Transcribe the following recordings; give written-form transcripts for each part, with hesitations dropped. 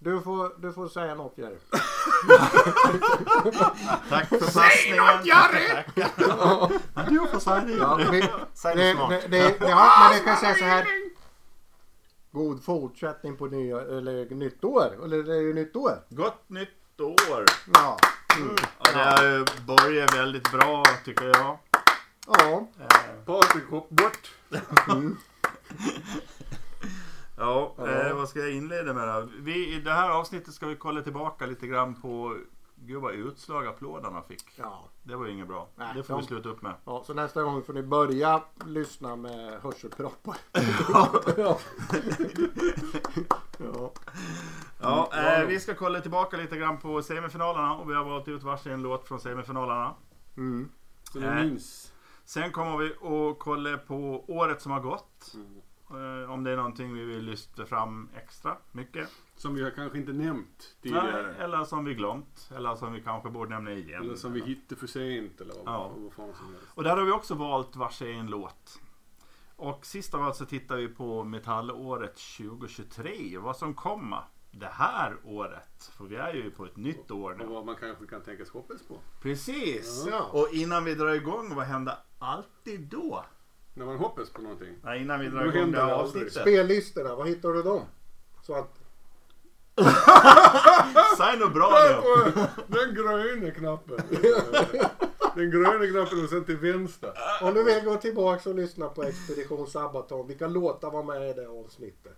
Du får säga något, Jerry. Tack för passningen. Säg något, Jerry! Du får säga det. Ja, Säg det snart. men det kan jag säga så här. God fortsättning på nytt år. Eller det är ju nytt år. Gott nytt år. Ja. Ja, det har börjat väldigt bra tycker jag. Ja. Patrik hopp bort. Ja, vad ska jag inleda med då? I det här avsnittet ska vi kolla tillbaka lite grann på gud vad utslag applådarna fick. Ja. Det var ju inget bra. Nej, det får vi sluta upp med. Ja, så nästa gång får ni börja lyssna med hörselproppar. Vi ska kolla tillbaka lite grann på semifinalerna och vi har valt ut varsin låt från semifinalerna. Så ni minns. Sen kommer vi att kolla på året som har gått. Om det är någonting vi vill lyfta fram extra mycket. Som vi har kanske inte nämnt tidigare. Nej, eller som vi glömt. Eller som vi kanske borde nämna igen. Eller som vi hittade för sent. Eller vad fan som helst. Och där har vi också valt varsin låt. Och sist av allt så tittar vi på metallåret 2023. Vad som kommer det här året. För vi är ju på ett nytt år nu. Och vad man kanske kan tänkas hoppas på. Precis. Ja. Och innan vi drar igång, vad händer alltid då? När man hoppas på någonting. Nej, innan vi drar Då igång händer det det här aldrig. avsnittet. Spellistorna, vad hittar du dem? Så att... Säg något bra Där nu. på den gröna knappen. Den gröna knappen och sen till vänster. Om du vill gå tillbaka och lyssna på Expedition Sabaton, vilka låtar var med i det avsnittet?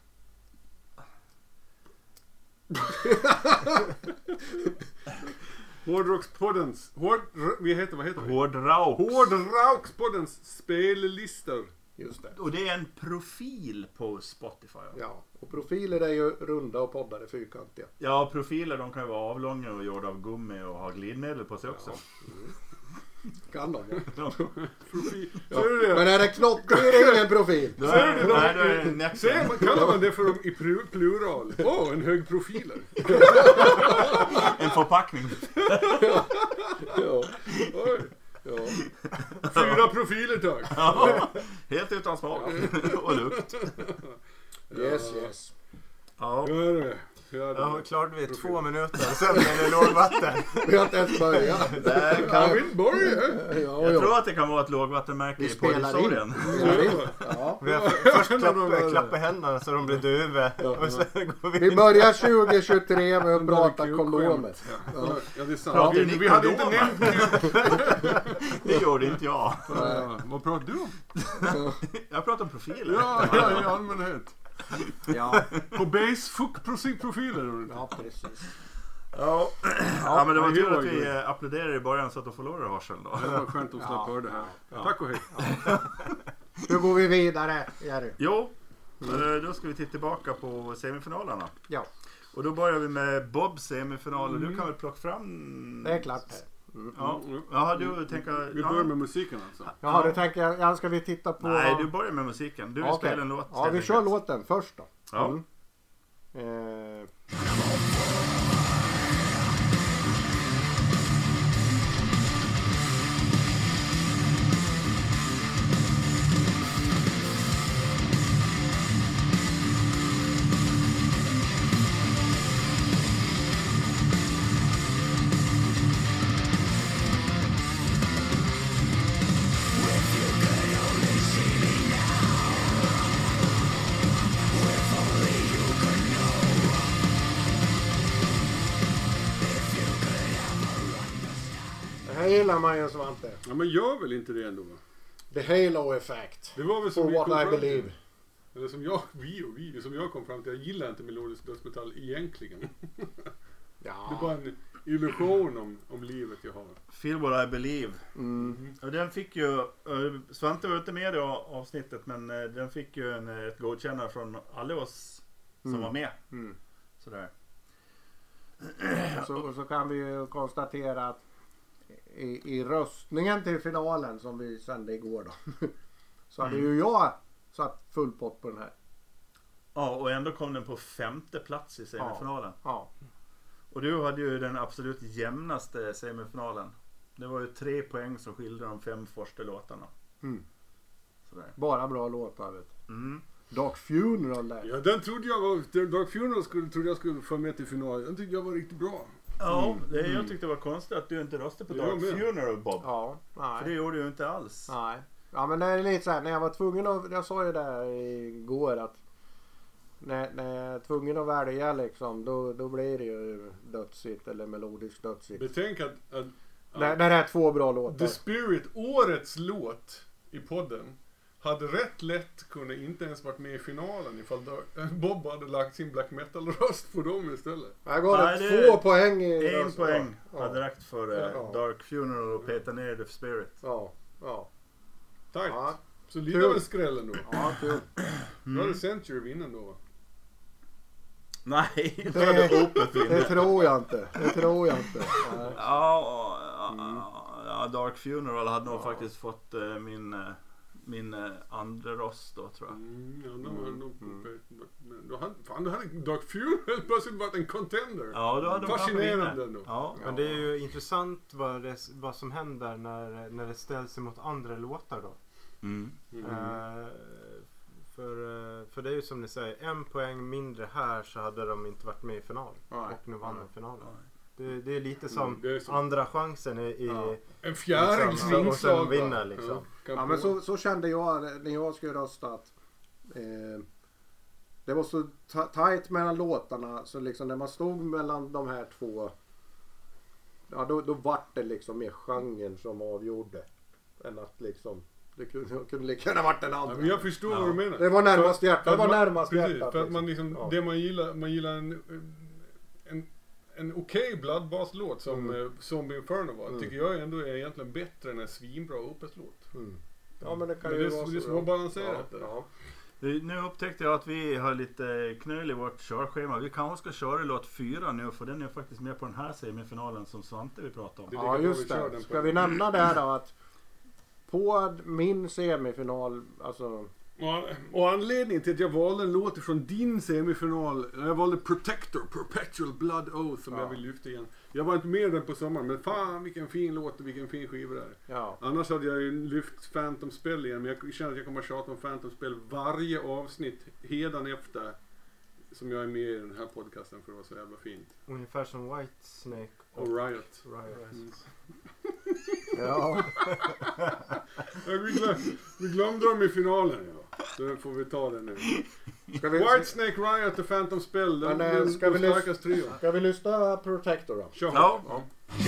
Hårdrockspoddens vad heter det? Hårdrockspoddens spellistor. Just det. Och det är en profil på Spotify. Ja, och profiler är ju runda och poddade fyrkantiga. Ja, profiler de kan ju vara avlånga och gjorda av gummi och ha glidmedel på sig också. Kan de, ja. Profil. Ja. Ser du det? Men är det knott, är det ingen profil. Kallar man det för dem i plural? En hög profiler. En förpackning. Ja. Oj. Ja. 4 profiler tack. Ja, helt utan smak och lukt. Yes. Ja. Ja, klart vi 2 minuter. Sen är det lågvatten. Vi har inte ens börjat. Jag vill börja. Jag tror att det kan vara ett lågvattenmärke i poddhistorien. Ja. Vi har först klappa händerna så de blir döva. Och sen går vi Vi börjar 2023 med att prata kondomer. Ja, det är sant. Pratar ni Vi hade inte kondomer? nämnt Det gjorde inte jag. Vad pratar du om? Jag pratar om profiler. Ja, i allmänhet. Ja. På base-profiler. Ja, precis. Ja, men det var tur att vi applåderade i början så att de förlorade hörseln då. Det var skönt att släppa höra det här. Tack och hej. Nu går vi vidare, Jerry. Jo, då ska vi titta tillbaka på semifinalerna. Ja, Och då börjar vi med Bobs semifinaler. Du kan väl plocka fram... det är klart. Ja, du tänker... Vi börjar med musiken alltså. Ja, det tänker jag. Ja, ska vi titta på... Nej, du börjar med musiken. Du Okej. spelar en låt. Ja, vi kör låten först då. Ja. Det här gillar man ju, Svante. Ja, men gör väl inte det ändå? The Halo Effect. Det var väl For som vi what kom I fram till. believe. Eller som jag kom fram till. Jag gillar inte melodisk dödsmetall egentligen. Det är Ja. bara en illusion om livet jag har. Feel what I believe. Och den fick ju... Svante var inte med i avsnittet, men den fick ju ett godkännande från alla oss som var med. Sådär. Och så kan vi ju konstatera att i röstningen till finalen som vi sände igår då. Så hade ju jag satt full pott på den här. Ja, och ändå kom den på 5:e plats i semifinalen. Ja. Och du hade ju den absolut jämnaste semifinalen. Det var ju 3 poäng som skilde de 5 första låtarna. Sådär. Bara bra låtar, vet du. Dark Funeral där. Ja, den trodde jag var... Dark Funeral trodde jag skulle få med till final. Den tyckte jag var riktigt bra. Ja, jag tyckte det var konstigt att du inte röstade på Dark Funeral, Bob. Ja, nej. För det gjorde du inte alls. Nej. Ja, men det är lite så här, när jag var tvungen att... Jag sa ju där igår att när jag är tvungen att välja liksom, då blir det ju dödsigt eller melodisk dödsigt. Betänk att När det är 2 bra låtar. The Spirit, årets låt i podden, hade rätt lätt kunnat inte ens varit med i finalen ifall Bob hade lagt sin black metal-röst på dem istället. Jag gav det 2 poäng i 1 poäng ja. hade räckt för Dark Funeral och peta ner The Spirit. Ja. Tack. Ja. Så lite av en skräll ändå. Ja, kul. Då hade Century vinnat då, va? Nej, då hade Opeth Det vunnit. tror jag inte. Nej. Ja, Dark Funeral hade nog faktiskt fått min andra röst då, tror jag. Då hade Dark Funeral plötsligt varit en contender. Ja, då hade de Fascinerande ändå. Ja. Men det är ju intressant vad som händer när det ställs sig mot andra låtar då. För det är ju som ni säger, 1 poäng mindre här så hade de inte varit med i final. Och nu vann de finalen. Det är lite som andra chansen i en fjärde liksom, och sen vinna liksom. Ja, men så kände jag när jag skulle rösta att det var så tajt mellan låtarna så liksom när man stod mellan de här 2, ja då vart det liksom mer genren som avgjorde än att liksom det kunde lika gärna varit den andra. Ja, men jag förstår vad du menar. Det var närmast hjärtat. Det var närmast hjärtat. För att man liksom, det man gillar en okej Bloodbath-låt som Zombie Inferno var, tycker jag ändå är egentligen bättre än en svinbra Opeth-låt. Ja, men det kan men ju det vara är så så balanserat. Ja. Nu upptäckte jag att vi har lite knöl i vårt körschema. Vi kanske ska köra låt 4 nu, för den är faktiskt med på den här semifinalen som Svante vi pratade om. Ja, just det. Ska vi nämna det här då att på min semifinal, alltså... Och anledningen till att jag valde en låt från din semifinal, jag valde Protector, Perpetual Blood Oath, som jag vill lyfta igen. Jag var inte med den på sommaren, men fan vilken fin låt och vilken fin skiva det är. Ja. Annars hade jag ju lyft Phantom Spell igen, men jag känner att jag kommer att tjata om Phantom Spell varje avsnitt hedan efter som jag är med i den här podcasten, för det var så jävla fint. Ungefär som Whitesnake och Riot. Ja. Vi glömde dem i finalen. Ja. Så får vi ta den nu. Whitesnake, Riot och Phantom Spell. Den ska vi starkaste trio. Ska vi lyssna Protector då? Kör. Ja.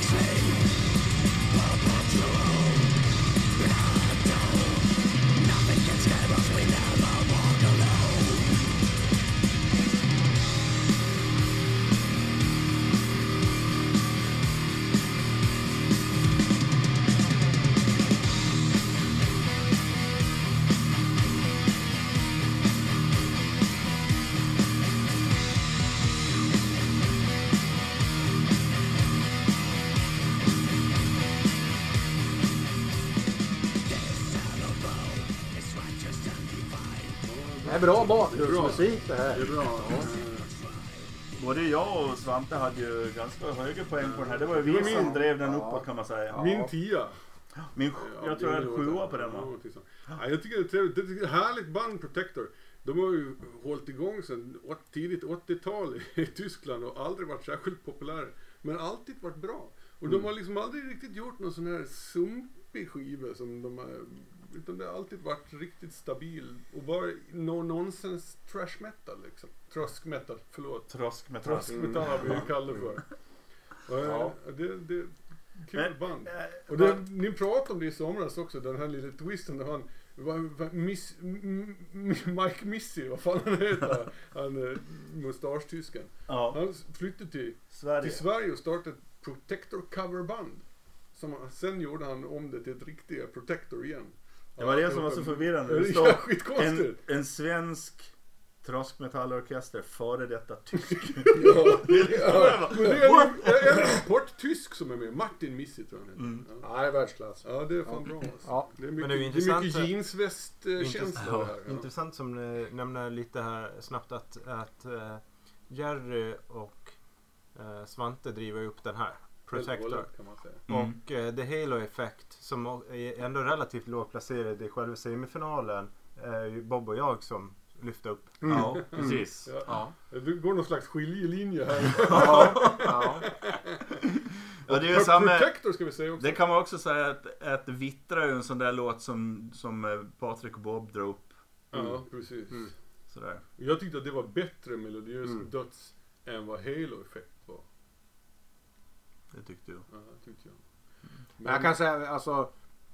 Det är bra bakgrundsmusik det här. Det är bra. Både jag och Svante hade ju ganska höga poäng på den här. Det var ju vi som drev den uppåt, kan man säga. Min 10. Jag tror jag hade 7 på den, va? Ja, jag tycker det är trevligt. Det är ett härligt band, Protector. De har ju hållit igång sedan tidigt 80-tal i Tyskland och aldrig varit särskilt populära. Men alltid varit bra. Och de har liksom aldrig riktigt gjort någon sån här sumpig skiva som de har... Utan det har alltid varit riktigt stabil och bara nonsens trash metal liksom. Tröskmetal, förlåt. Tröskmetal har vi ju kallat för. Ja. Det är kul band. Och ni pratade om det i somras också, den här lilla twisten där han Mike Missy, vad fan han heter, han mustasch-tysken. Ja. Han flyttade till Sverige och startade ett Protector coverband. Som sen gjorde han om det till ett riktigt Protector igen. Det var det som var så förvirrande. Det står en svensk tröskmetallorkester före detta tysk. Ja. Men det är en import-tysk som är med. Martin Missy tror jag han heter. Ja, det är världsklass. Ja, det är fan bra. Alltså. Ja. Det är Men det är mycket, mycket jeansväst-känsla här. Ja. Intressant som ni nämner lite här snabbt att Jerry och Svante driver upp den här Protector. Kan man säga. Och The Halo Effect som är ändå relativt lågt placerad i själva semifinalen är ju Bob och jag som lyfta upp. Ja, precis. Ja. Det går någon slags skiljelinje här. Ja, det är ju samma. Protector ska vi säga också. Det kan man också säga att Vittra är en sån där låt som Patrik och Bob drar upp. Ja, precis. Sådär. Jag tyckte att det var bättre melodiös döds än vad Halo Effect var. Det tyckte jag. Ja, tyckte jag. Men jag kan säga alltså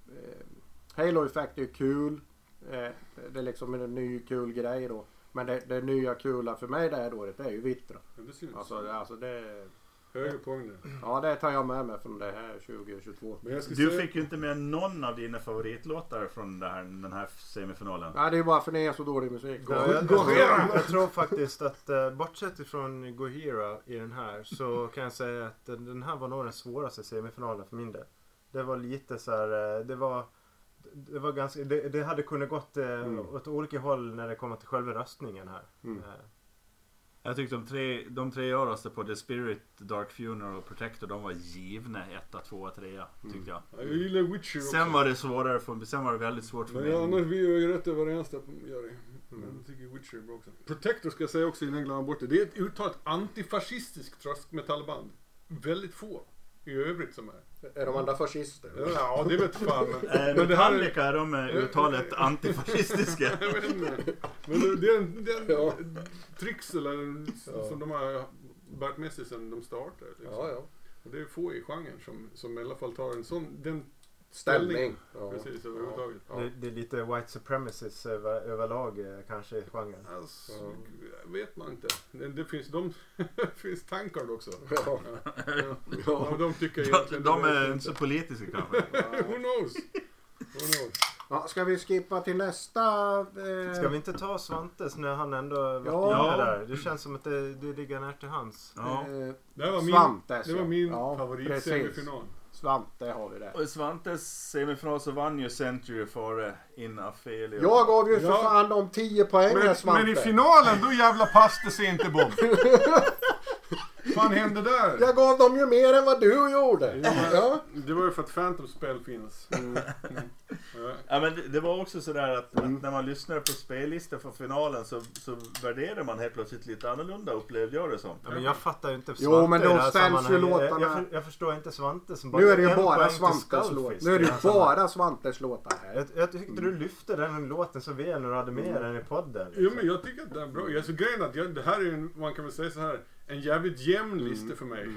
Halo Effect är kul. Det är liksom en ny kul grej då. Men det nya kula för mig det här året är ju Vittra. Ja, det syns. Alltså det... Högre poäng där. Ja, det tar jag med mig från det här 2022. Men jag ska Du säga... fick ju inte med någon av dina favoritlåtar från den här semifinalen. Nej, det är bara för ni är så dålig musik. Jag tror faktiskt att bortsett ifrån Gojira i den här så kan jag säga att den här var nog den svåraste semifinalen för min del. Det var lite så här, det var ganska, det hade kunnat gått åt olika håll när det kommer till själva röstningen här. Jag tyckte de tre jag röstade på The Spirit, Dark Funeral och Protector, de var givna 1, 2, 3 tyckte jag. Jag gillar Witcher också. Sen var det svårare sen var det väldigt svårt för men mig. annars vi är ju rätt överens där på Jerry. Men jag tycker Witcher är bra också. Protector ska jag säga också innan jag glömmer bort det. Det är ett uttalat antifascistiskt tröskmetallband. Väldigt få i övrigt som är. Är de andra fascister? Ja, det vet fan. Men det här är de uttalet antifascistiska. Jag vet inte. Men det är en tricks eller som de har bärt med sig sedan de startade. Liksom. Ja. Och det är få i genren som i alla fall tar en sån ställning. Ja. Precis, överhuvudtaget. Ja. Det är lite white supremacists överlag kanske i genren. Alltså, vet man inte. Det finns finns tankar också. Ja, de tycker egentligen de är inte så politiska kanske. Who knows? Ja, ska vi skippa till nästa? Ska vi inte ta Svantes när han ändå var där? Det känns som att det ligger nära till hans. Ja. Det var min favorit semifinal. Svante har vi där. Och i Svantes semifinal så vann ju Century före In Afelio. Jag gav ju för fan de 10 poäng här, Svante. Men i finalen då jävla passade sig inte Bob. Vad hände där? Jag gav dem ju mer än vad du gjorde. Ja. Det var ju för att Phantom-spel finns. Ja, men det var också sådär att när man lyssnar på spellistor för finalen så värderar man helt plötsligt lite annorlunda, upplevde jag det som. Ja, men jag fattar ju inte Svante. Jo, men de ställs ju låtarna. Jag förstår inte Svante som bara... Nu är det ju bara Svantes låt. Nu är det ju bara Svantes låtar här. Jag tyckte du lyfte den låten så väl när du hade med den i podden. Liksom. Jo, men jag tycker att det är bra. Jag är så grejen att det här är ju, man kan väl säga så här, en jävligt jämn lista för mig.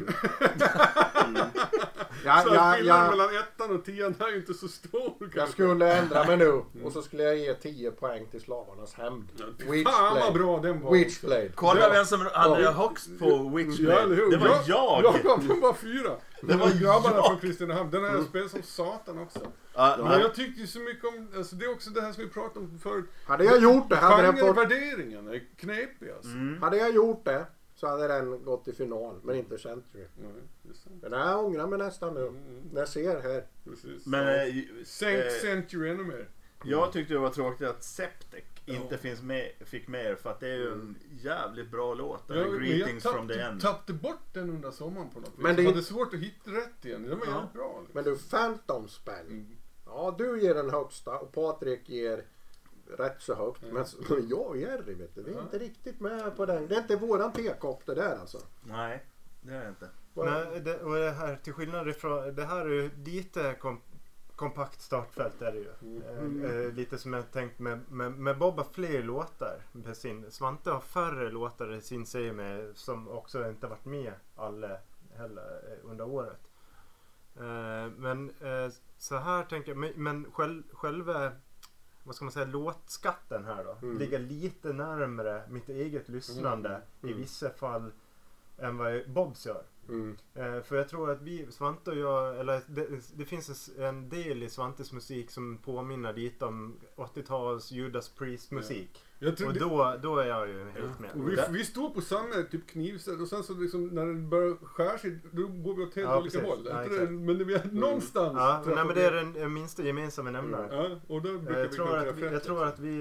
Så skillnaden mellan 1 och 10 är ju inte så stor. Jag skulle ändra mig nu och så skulle jag ge 10 poäng till Slavarnas hämnd. Fan vad bra den var. Witchblade. Kolla vem som hade högst på Witchblade. Det var jag. Jag gav bara 4. Det var grabbarna från Kristinehamn. Den har jag spelat som satan också. Men jag tyckte ju så mycket om, alltså det är också det här som vi pratade om förut. Hade jag gjort det värderingen är knepig alltså. Hade jag gjort det så hade den gått till final, men inte Century. Den här ångrar mig nästan nu. När jag ser här. Precis. Men Century ännu mer. Jag tyckte det var tråkigt att Septic inte fick mer för att det är ju en jävligt bra låt. Greetings from the end. Jag tappade bort den under sommaren på något vis. Men det är svårt att hitta rätt igen. Den var jävligt bra. Liksom. Men du, Phantom Spell. Ja, du ger den högsta och Patrik ger rätt så högt. Men jag och Jerry vet du, vi är inte riktigt med på den. Det är inte våran tekopp det där alltså. Nej, det är det inte. Nej, och det här till skillnad ifrån, det här är ju lite kompakt startfält är det ju. Lite som jag tänkt med Bob har fler låtar. Svante har färre låtar i sin serie med, som också inte varit med alla heller under året. Men så här tänker jag, men själva vad ska man säga, låtskatten här då ligger lite närmare mitt eget lyssnande i vissa fall än vad Bobs gör. För jag tror att Svante och jag, eller det finns en del i Svantes musik som påminner lite om 80-tals Judas Priest musik. Och då är jag ju helt med. Vi står på samma typ knivsätt och sen så liksom när det börjar skära sig då går vi åt helt olika håll. Ja, men det är någonstans. Ja, men det är den minsta gemensamma nämnaren. Ja, och då brukar jag tror att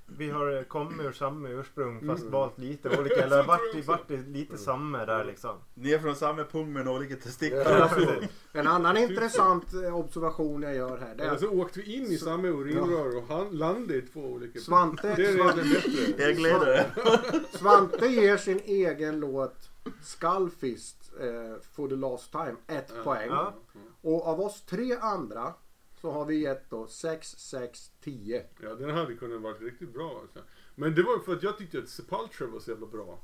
vi har kommit ur samma ursprung fast valt lite olika. Eller vart det lite samma där liksom. Ni är från samma punkt med olika testiklar. Ja, en annan intressant observation jag gör här. Det är Så åkte vi in i samma urinrör och han landade i 2 olika. Svante, Det är redan bättre. Jag glider. Svante ger sin egen låt Skullfist for the last time 1 poäng. Ja. Och av oss 3 andra så har vi gett då 6, 6, 10. Ja, den hade kunnat varit riktigt bra. Alltså. Men det var för att jag tyckte att Sepultura var så jävla bra.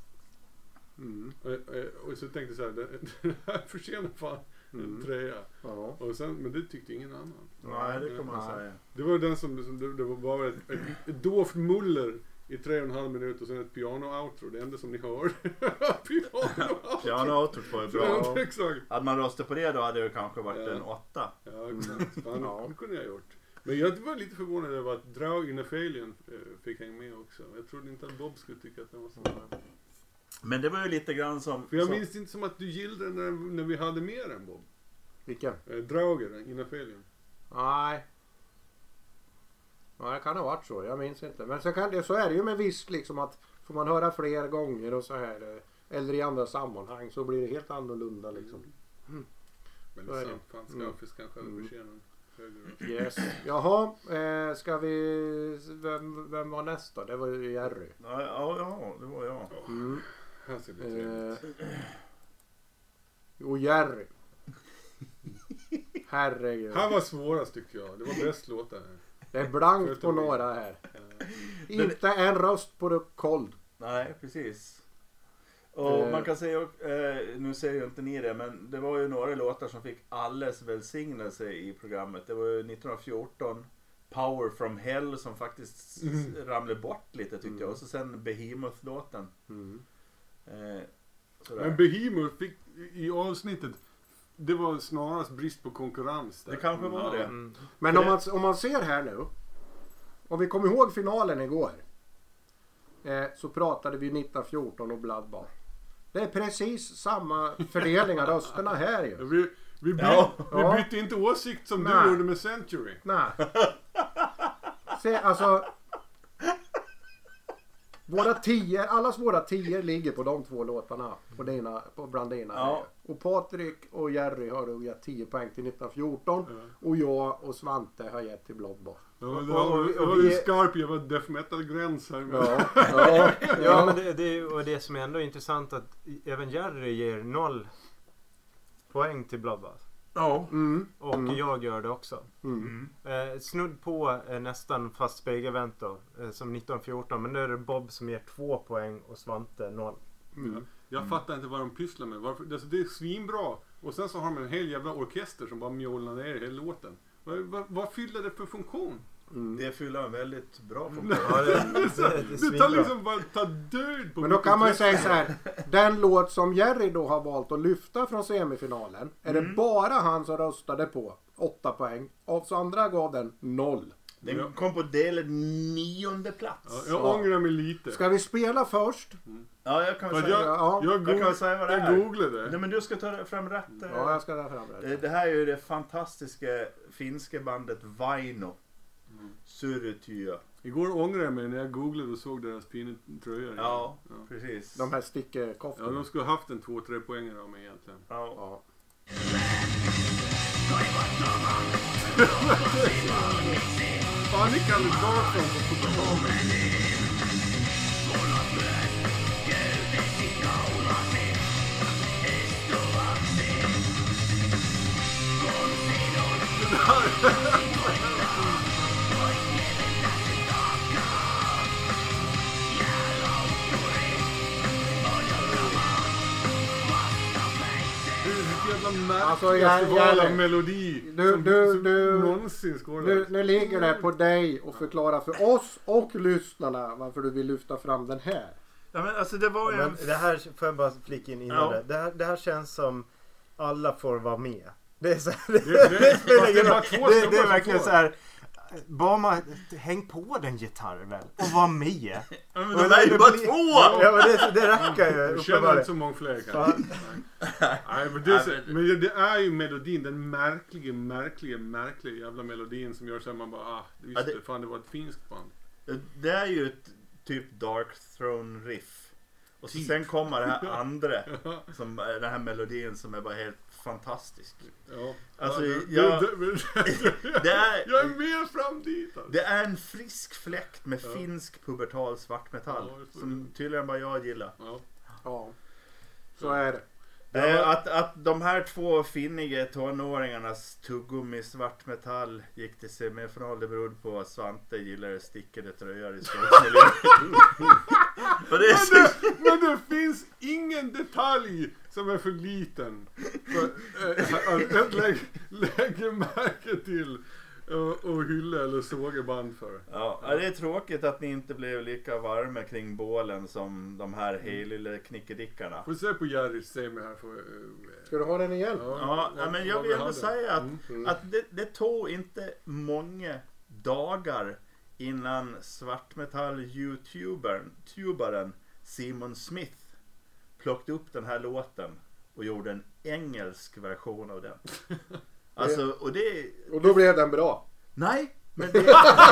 Och så tänkte jag så här, den här förtjänar fan en 3. Ja. Och sen, men det tyckte ingen annan. Nej, det kan man säga. Det var den som det var bara ett dovt muller i 3,5 minuter och sen ett piano-outro. Det enda som ni hör. Piano-outro. Piano-outrot var ju bra. Ja, exakt. Hade man röstat på det då hade det kanske varit en 8. Ja, exakt. Fan, Ja. det kunde jag gjort. Men jag var lite förvånad över att Drag in a Failure fick hänga med också. Jag trodde inte att Bob skulle tycka att den var så bra. Men det var ju lite grann som... För jag minns det inte som att du gillade den när vi hade mer än Bob. Vilken? Drager in a Failure. Nej. Ja, det kan ha varit så. Jag minns inte. Men så är det ju med visk liksom att får man höra fler gånger och så här eller i andra sammanhang så blir det helt annorlunda liksom. Men Så det är är det. sant. Fan, Scarface kanske överser någon högre. Yes. Jaha, ska vi... Vem var nästa? Det var ju Jerry. Ja, det var jag. Här ser det trevligt. Jo, Jerry. Herregud. Här var svårast tycker jag. Det var bäst låtar här. Det är blankt på några här. Inte en röst på det kold. Nej, precis. Och man kan säga, nu säger ju inte ni det, men det var ju några låtar som fick alles välsignelse i programmet. Det var ju 1914 Power from Hell som faktiskt ramlade bort lite tyckte jag. Och så sen Behemoth-låten. Men Behemoth fick i avsnittet, det var snarast brist på konkurrens där. Det kanske var det. Men om man ser här nu. Om vi kommer ihåg finalen igår. Så pratade vi 1914 och Bloodbath. Det är precis samma fördelning av rösterna här ju. Vi bytte inte åsikt som Nej. du gjorde med Century. Nej. Se, alltså. Allas våra 10 ligger på de 2 låtarna. Bland dina. Ja. Och Patrik och Jerry har gett 10 poäng till 1914. Och jag och Svante har gett till Bloodbath. Ja, det var ju skarp jävla death metal-gräns här. Ja, men det som är ändå intressant att även Jerry ger 0 poäng till Bloodbath. Ja. Och jag gör det också. Snudd på nästan fast spegelvänt då, som 1914. Men nu är det Bob som ger 2 poäng och Svante 0. Jag fattar inte vad de pysslar med. Alltså, det är svinbra. Och sen så har de en hel jävla orkester som bara mjolnar ner hela låten. Vad fyller det för funktion? Det fyller en väldigt bra funktion. Det tar liksom bara ta död på. Men då kan man ju säga så här. Den låt som Jerry då har valt att lyfta från semifinalen. Är det bara han som röstade på 8 poäng. Och så andra gav den 0. Den kom på delad 9:e plats. Ja, jag ångrar mig lite. Ska vi spela först? Ja, jag kan väl För säga. jag kan säga vad det är. Jag googlade. Nej, men du ska ta fram rätt. Ja, jag ska där fram det. Det här är ju det fantastiska finska bandet Vaino. Surretyö. Igår ångrade jag mig när jag googlade och såg deras fina tröjor. Ja, precis. De här Ja, stickkoftorna. de skulle ha haft en 2-3 poängare av mig egentligen. Ja. Fan, ni kan inte vara från på fotbollsplanen. Alltså, Festival av melodi som någonsin skådades. Nu ligger det på dig att förklara för oss och lyssnarna varför du vill lyfta fram den här. Ja, men alltså det var ju Men det här får jag bara flika in innan det här känns som alla får vara med. Det är så här, det är verkligen så här. Bara man häng på den gitarr väl och var med. Ja, men det är ju bara 2! Ja, men det räcker ju. Jag känner inte så många fler kanske. Nej, men det är ju melodin, den märkliga jävla melodin som gör så att man bara, just det, fan det var ett finskt band. Det är ju ett typ Dark Throne riff. Och så sen kommer det här andra. Som den här melodin som är bara helt fantastisk. Ja. Alltså, jag är mer fram dit. Alltså. Det är en frisk fläkt med finsk pubertal svartmetall. Som tydligen bara jag gillar. Ja, så är det. Att de här två finniga tonåringarnas tuggummi svartmetall gick till semifinal, det berodde på att Svante gillade stickade tröjor i skogsmiljö. Men det finns ingen detalj som är för liten för att lägga märke till och hylla eller såga band för. Ja, det är tråkigt att ni inte blev lika varma kring bålen som de här lilla knickedickarna. Får se på Jerrys semi här. Ska du ha den igen? Ja, men jag vill ändå säga att det tog inte många dagar innan svartmetall-youtuberen Simon Smith plockade upp den här låten och gjorde en engelsk version av den. Alltså, och då blev den bra. Nej, men det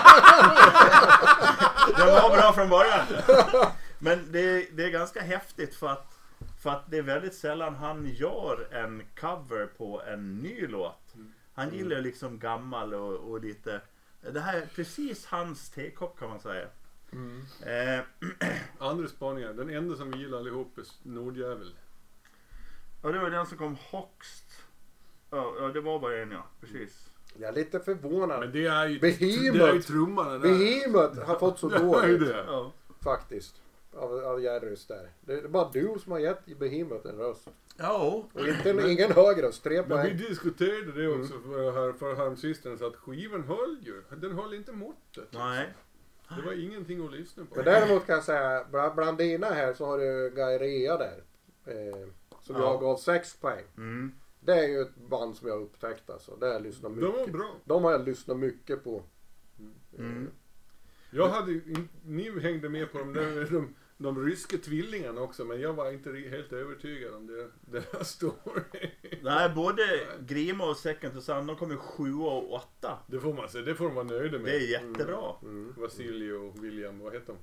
var bra från början. Men det är ganska häftigt för att det är väldigt sällan han gör en cover på en ny låt. Han gillar liksom gammal och lite. Det här är precis hans tekopp kan man säga. Andra spaningar. Den enda som vi gillar allihop är Nordjävel. Ja, det var den som kom högst. Ja, det var bara en, ja. Precis. Jag är lite förvånad. Men det är ju Behemoth. Behemoth har fått så dåligt. Ja. Faktiskt. Av Jerrys där. Det är bara du som har gett Behemoth en röst. Ja. Och ingen hög röst. 3 Men poäng. vi diskuterade det också för häromsistens att skivan höll ju. Den höll inte måttet. Nej. Det var ingenting att lyssna på. Men däremot kan jag säga, bland dina här så har du Gairea där. Som jag gav 6 poäng. Det är ju ett band som jag upptäckt alltså. Det har jag lyssnat mycket. De var bra. De har jag lyssnat mycket på. Jag hade ni hängde med på de ryska tvillingarna också, men jag var inte helt övertygad om deras story. Nej, både Grima och Second to Sun, de kommer 7 och 8. Det får man säga, det får man vara nöjd med. Det är jättebra. Vasilij och William, vad heter de?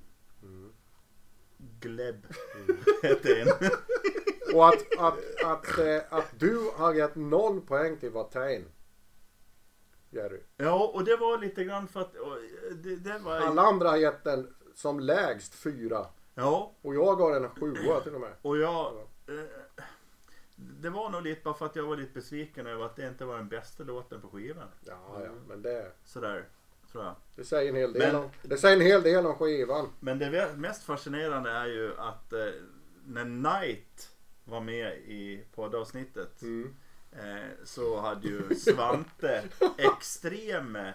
Gleb heter en. Och att du har gett 0 poäng till Watain. Jerry. Ja, och det var lite grann för att det var... Alla andra har gett den som lägst 4. Ja. Och jag gav den en 7 till och med. Och jag... det var nog lite bara för att jag var lite besviken över att det inte var den bästa låten på skivan. Ja, men det... Sådär, tror jag. Det säger en hel del det säger en hel del om skivan. Men det mest fascinerande är ju att när Night var med i poddavsnittet så hade ju Svante extrema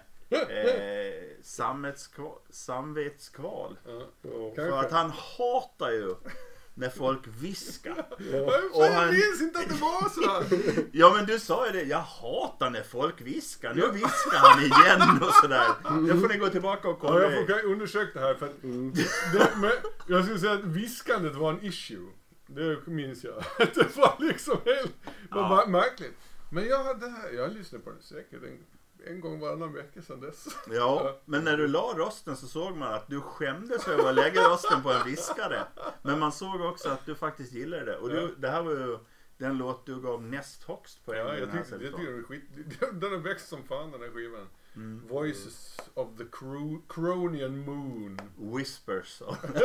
samvetskval. För att han hatar ju när folk viskar. Jag minns inte att det var så. Ja, men du sa ju det. Jag hatar när folk viskar. Nu viskar han igen och sådär. Det får ni gå tillbaka och kolla. Ja, jag får undersöka det här. För jag skulle säga att viskandet var en issue. Det minns jag. Det var liksom helt märkligt. Men jag lyssnade på den säkert en gång varannan vecka sedan dess. Ja, men när du la rösten så såg man att du skämdes över att lägga rösten på en viskare. Men man såg också att du faktiskt gillade det. Och det här var ju den låt du gav näst högst på. Ja, jag tycker det är skit. Den har växt som fan, den här skivan. Voices of the Cronian Moon. Whispers.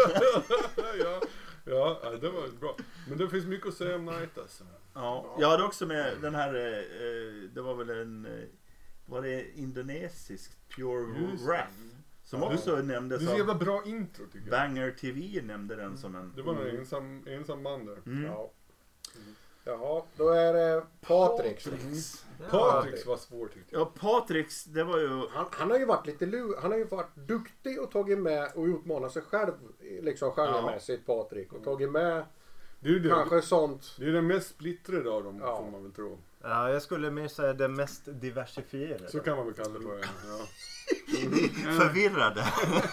Ja, det var bra. Men det finns mycket att säga om Night alltså. Ja, jag hade också med den här, det var väl var det indonesisk Pure Wrath som också nämndes. Det är så jävla bra intro tycker jag. Banger TV nämnde den som en. Det var en ensam man där. Ja. Jaha, då är det Patricks. Patricks var svårt tyckte jag. Ja, Patricks, det var ju... Han har ju varit han har ju varit duktig och tagit med och utmanat sig själv liksom genremässigt, Patrik. Och tagit med kanske sånt. Det är den mest splittrade av dem får man väl tro. Ja, jag skulle mer säga det mest diversifierade. Så kan man väl kalla det för. Ja. Förvirrade.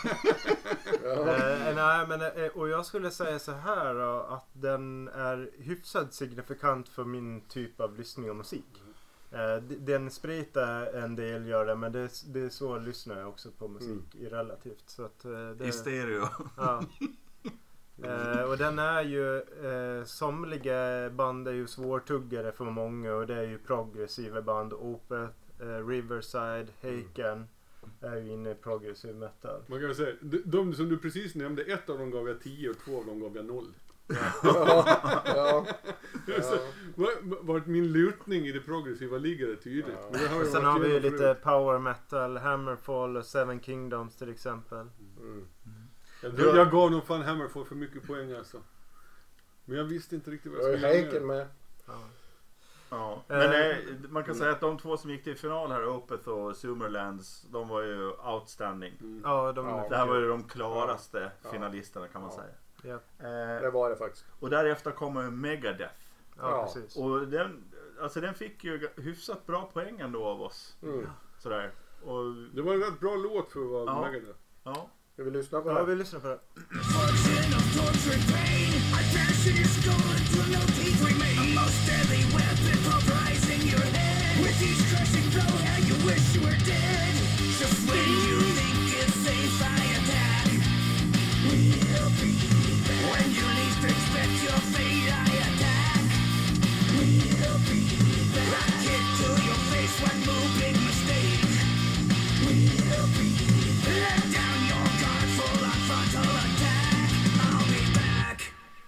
Nej, men och jag skulle säga så här då, att den är hyfsat signifikant för min typ av lyssning och musik. Den spritar en del gör det, men det är så lyssnar jag också på musik i relativt. Så att, I stereo. Ja. Och den är ju somliga band är ju svårtuggare för många, och det är ju progressiva band. Opeth, Riverside, Haken är ju inne i progressiv metal. Man kan väl säga, de som du precis nämnde, ett av dem gav jag 10 och 2 av dem gav jag 0. Ja. Vart min lutning i det progressiva ligger är tydligt. Ja. Men det har Och ju sen varit har vi ju kul lite förut. power metal, Hammerfall och Seven Kingdoms till exempel. Jag gav nog fan Hammerfall för mycket poäng alltså. Men jag visste inte riktigt vad Jag jag är skulle Heiken göra. med. Ja. Ja. Men man kan säga att de två som gick till final här, Opeth och Summerlands, de var ju outstanding. Ja, Det här var ju de klaraste finalisterna kan man säga. Ja, Det var det faktiskt. Och därefter kommer ju Megadeth. ja, precis. Och den fick ju hyfsat bra poäng ändå av oss. Sådär. Och, Det var en rätt bra låt för att vara Ja. Megadeth. ja. Ska vi lyssna på Ja, det? vi lyssnar på det. Function of tortured pain. Our passion is gone till no teeth remain. A most deadly weapon pulverizing your head. With each crushing blow, how you wish you were dead. Just when you think it's safe, I attack. We'll be back. When you least expect your fate, I attack. We'll be back. Rock kick to your face, one moving mistake. We'll be back. Let down your guard, full on frontal attack. I'll be back.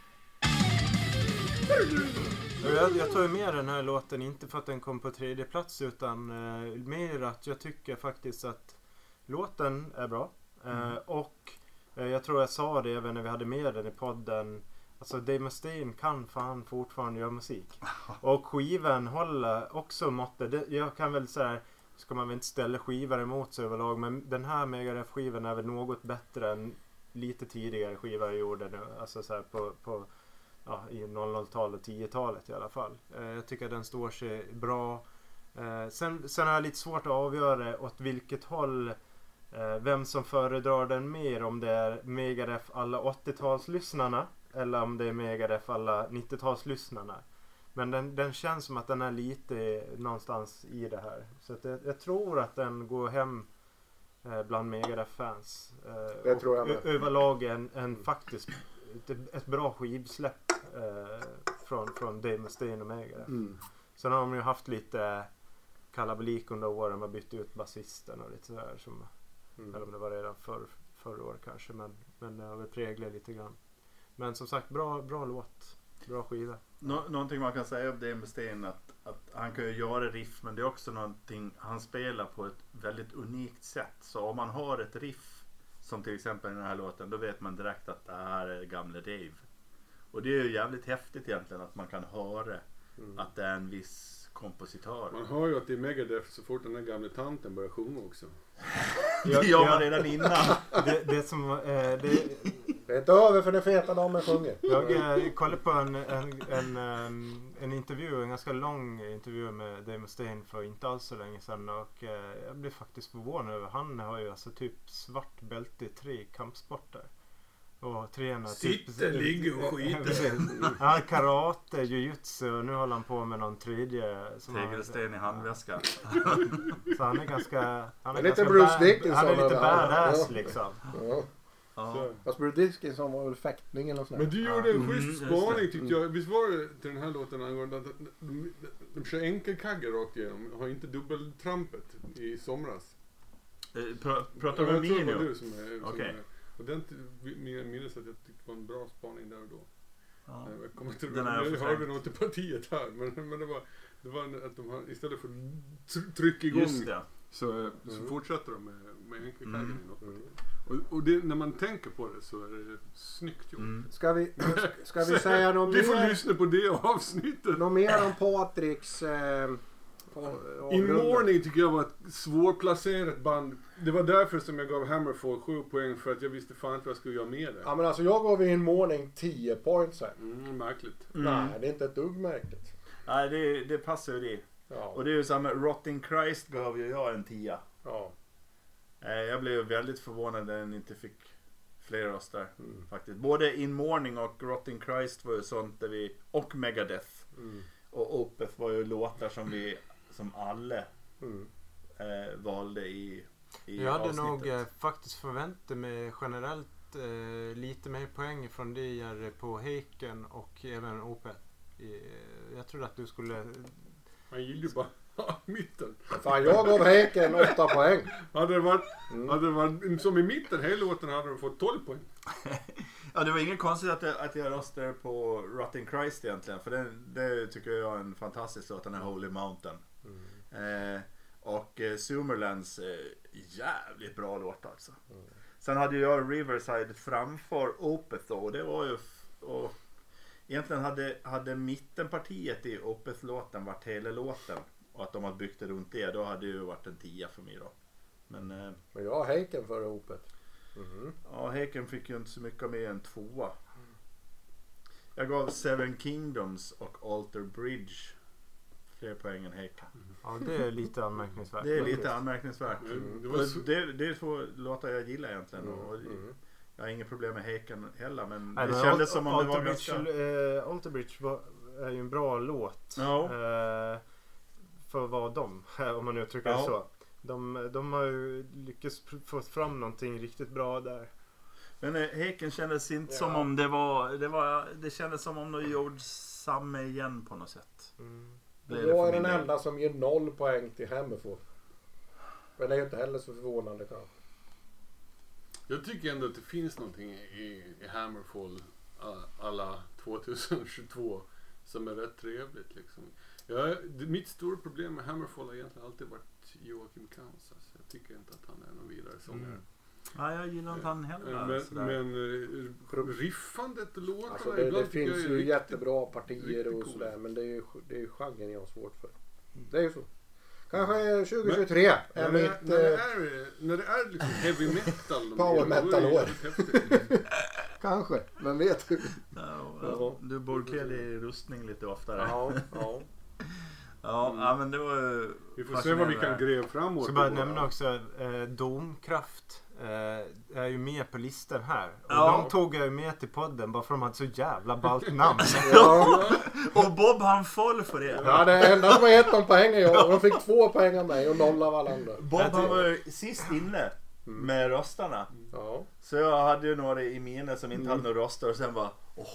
Och jag tar ju med den här låten, inte för att den kom på 3:e plats, utan mer att jag tycker faktiskt att låten är bra. Och jag tror jag sa det även när vi hade med den i podden. Alltså Dave Mustaine kan fan fortfarande göra musik. Och skivan håller också måttet. Jag kan väl säga, ska man väl inte ställa skivar emot sig överlag, men den här Megadeth-skivan är väl något bättre än lite tidigare skivor jag gjorde nu. Alltså så här på i 00-talet och 10-talet i alla fall. Jag tycker att den står sig bra. Sen har jag lite svårt att avgöra åt vilket håll vem som föredrar den mer, om det är Megadeth alla 80-talslyssnarna eller om det är Megadeth alla 90-talslyssnarna. Men den känns som att den är lite någonstans i det här. Så att jag tror att den går hem bland Megadeth-fans. Det tror jag med. Överlag en faktiskt ett bra skivsläpp från Dave Mustaine och Megadeth. Sen har de ju haft lite kalabalik under åren. Man bytte ut basisten och lite sådär. Eller om det var redan förra år kanske. Men det har väl präglat lite grann. Men som sagt, bra låt. Bra skiva. Någonting man kan säga om Dave Mustaine att han kan ju göra riff, men det är också någonting han spelar på ett väldigt unikt sätt. Så om man har ett riff som till exempel i den här låten, då vet man direkt att det här är gamle Dave. Och det är ju jävligt häftigt egentligen att man kan höra att det är en viss kompositör. Man hör ju att det är Megadeth så fort den där gamla tanten börjar sjunga också. Det gör man redan innan. Det som... Det är inte över för den feta damen sjunger. Jag kollade på en intervju, en ganska lång intervju med Dave Mustaine för inte alls så länge sedan, och jag blev faktiskt förvånad över, han har ju alltså typ svart bälte i 3 kampsporter. Och tränar Sitter, ligger och skiter. Han har karate, jujutsu, och nu håller han på med någon tredje som Tegelsten i handväskan. så han är ganska... Han är lite ganska Bruce Dickinson. Han är lite över här. badass Ja. liksom. Ja. Ja. Fast Bruce Dickinson var väl fäktning eller något sånt. Men du gjorde en schysst just spaning det. tyckte jag. Visst var det till den här låten angående att de kör enkelkagge rakt igenom. Har inte dubbeltrampet i somras. Pratar du om Jag tror det var Minio? du som är... Okej. Och den minns att jag tyckte var en bra spaning där och då. Ja. Jag kommer inte Den har ihåg, jag jag förträngt. hörde nog till partiet här. Men det var att de har, istället för att trycka igång Just det. så fortsätter de med enkelkaggen i något parti. Och det, när man tänker på det så är det snyggt gjort. Ska vi säga något Vi får mer? lyssna på det avsnittet. Något mer om Patriks In Morning tycker jag var ett svårplacerat band. Det var därför som jag gav Hammerfall 7 poäng, för att jag visste fan inte vad jag skulle göra med det. Ja, men alltså jag gav In Morning 10 points här. Märkligt. Nej, det är inte ett dugg märkligt. Nej, det passar ju det. Ja. Och det är ju samma, Rotting Christ gav ju jag en 10. Ja. Jag blev väldigt förvånad när den inte fick fler röster faktiskt. Både In Morning och Rotting Christ var ju sånt där och Megadeth och Opeth var ju låtar som alla valde i Jag hade avsnittet. nog faktiskt förväntat mig generellt lite mer poäng från dig på Heiken och även Opeth. Jag trodde att du skulle... Man gillar ju bara mitten. Fan, jag gav Häcken 8 poäng. Hade det varit som i mitten hela låten hade du fått 12 poäng. Ja, det var inget konstigt att jag röstade på Rotting Christ egentligen. För det tycker jag är en fantastisk låt, den här Holy Mountain. Och Summerlands jävligt bra låt alltså. Sen hade jag Riverside framför Opeth då. Och det var ju... Och egentligen hade mittenpartiet i Opeth-låten varit hela låten. Och att de hade byggt det runt det. Då hade det ju varit en 10 för mig då. Men jag har Häcken för Opeth. ja, Häcken fick ju inte så mycket med en 2. Jag gav Seven Kingdoms och Alter Bridge fler poäng än Häcken. Ja, det är lite anmärkningsvärt. Det är lite anmärkningsvärt. Det var Det är två låtar jag gillar egentligen. Och jag har inget problem med Häcken heller. Men Nej, det men kändes som om det var Alter ganska... Alter Bridge är ju en bra låt. Ja. För vad de, om man uttrycker det Ja. så. De har ju lyckats få fram någonting riktigt bra där. Men Häcken kändes inte Ja. som om det kändes som om de gjorde samma igen på något sätt. Blev det Jag för är den min del. enda som ger 0 poäng till Hammerfall. Men det är ju inte heller så förvånande kanske. Jag tycker ändå att det finns någonting i Hammerfall alla 2022 som är rätt trevligt liksom. Mitt stora problem med Hammerfall har egentligen alltid varit Joakim Kansas. Jag tycker inte att han är någon vidare sångare. Nej, jag gillar inte han heller. Men riffandet och låtarna Alltså det ibland tycker finns jag är ju riktigt- jättebra partier riktigt och coolt. sådär. Men det är ju genren jag har svårt för. Det är ju så. Kanske 2023 är När mitt... det är liksom heavy metal. Power metal-år. då är det häftigt. Kanske, men vet du. Ja, du borde klä dig i rustning lite oftare. Ja, ja. Ja, men det var ju Vi får se vad vi kan gräva framåt. Så bara nämna också Domkraft är ju med på listan här. Och Ja. de tog jag ju med till podden bara för att de hade så jävla ballt namn. Ja, Och Bob han föll för det. ja, det enda som har gett dem poäng är jag. De fick 2 poäng av mig och 0 av alla andra. Bob han var ju sist inne med röstarna. Ja. Så jag hade ju några i minne som inte hade några röster och sen bara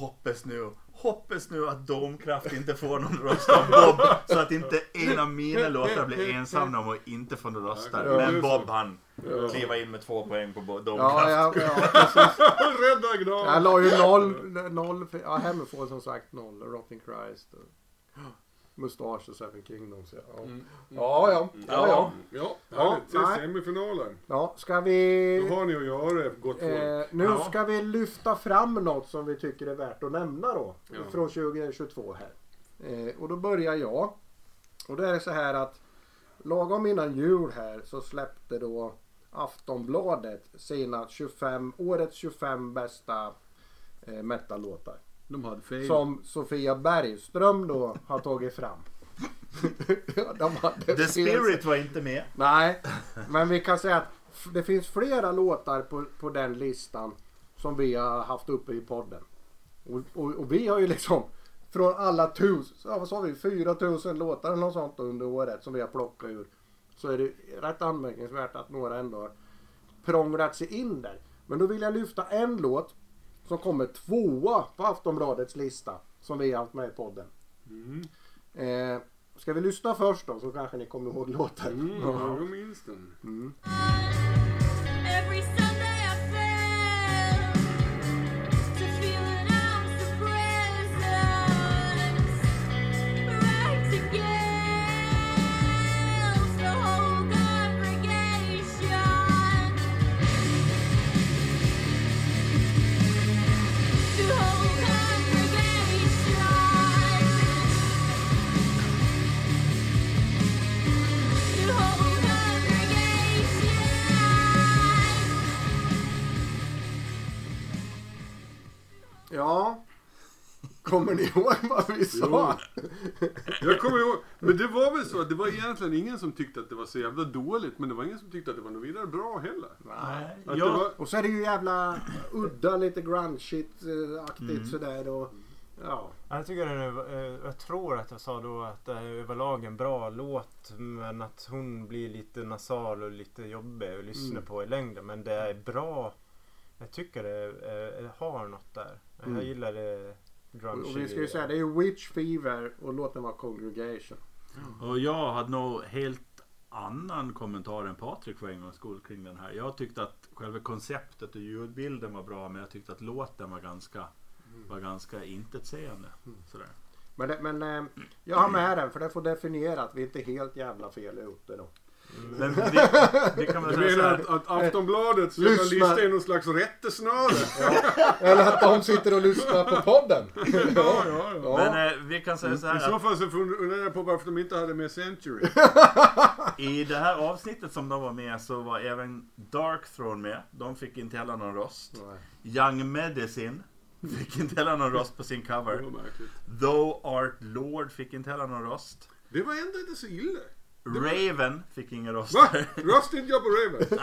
hoppas nu att Domkraft inte får någon röst av Bob så att inte en av mina låtar blir ensam om att inte få några röster. Ja, Men det är Bob så. han kliva in med 2 poäng på Domkraft. Ja, precis. Rädda Gnav! Jag la ju 0 ja, Hammerfall som sagt 0. Rotting Christ. Och Mustache och Seven Kingdoms. Ja, ja. Ja. Ja, Ja, härligt. Det är nej. semifinaler. Ja, ska vi... Då har ni att göra, gott folk. Nu Ja. ska vi lyfta fram något som vi tycker är värt att nämna då. Ja. Från 2022 här. Och då börjar jag. Och då är det så här att lagom innan jul här så släppte då Aftonbladet sina årets 25 bästa metallåtar. De hade fel. Som Sofia Bergström då har tagit fram. De hade The fel. Spirit var inte med. Nej, men vi kan säga att det finns flera låtar på den listan som vi har haft uppe i podden. Och vi har ju liksom från alla vad sa vi, 4000 låtar eller något sånt under året som vi har plockat ur. Så är det rätt anmärkningsvärt att några ändå har prånglat sig in där. Men då vill jag lyfta en låt som kommer 2 på Aftonbladets lista som vi har haft med i podden. Ska vi lyssna först då så kanske ni kommer ihåg låten. Ja, jag minns den. Every Sunday I fail to feel an ounce of presence right against the whole congregation. The whole congregation. The whole congregation. Ja. Kommer ni ihåg vad vi sa? Jag kommer ihåg, men det var väl så att det var egentligen ingen som tyckte att det var så jävla dåligt, men det var ingen som tyckte att det var något vidare bra heller. Nej. Att Ja. det var, Och så är det ju jävla udda, lite grunge-shit-aktigt sådär. Och Ja. Jag tycker jag tror att jag sa då att det är överlag en bra låt, men att hon blir lite nasal och lite jobbig att lyssna på i längden, men det är bra. Jag tycker det har något där. Jag gillar det grungy. Och vi ska ju säga det är ju Witch Fever och låten var Congregation. Och jag hade nog helt annan kommentar än Patrik för en gångs skull kring den här. Jag tyckte att själva konceptet och ljudbilden var bra, men jag tyckte att låten var ganska intetsägande. Sådär. Men jag har med den för det får definiera att vi inte är helt jävla fel ute då. Men det kan man Du säga så menar här, att Aftonbladets Lyssna. journalister är någon slags rättesnöre? Eller att de sitter och lyssnar på podden. Ja. men vi kan säga så I här så att fall så undrar jag på varför de inte hade med Century. i det här avsnittet som de var med så var även Darkthrone med. De fick inte heller någon röst. Young Medicine fick inte heller någon röst på sin Det cover. var märkligt. Though Art Lord fick inte heller någon röst. Det var ändå inte så illa. Raven fick ingen röst. Va? Röstade jag på Raven?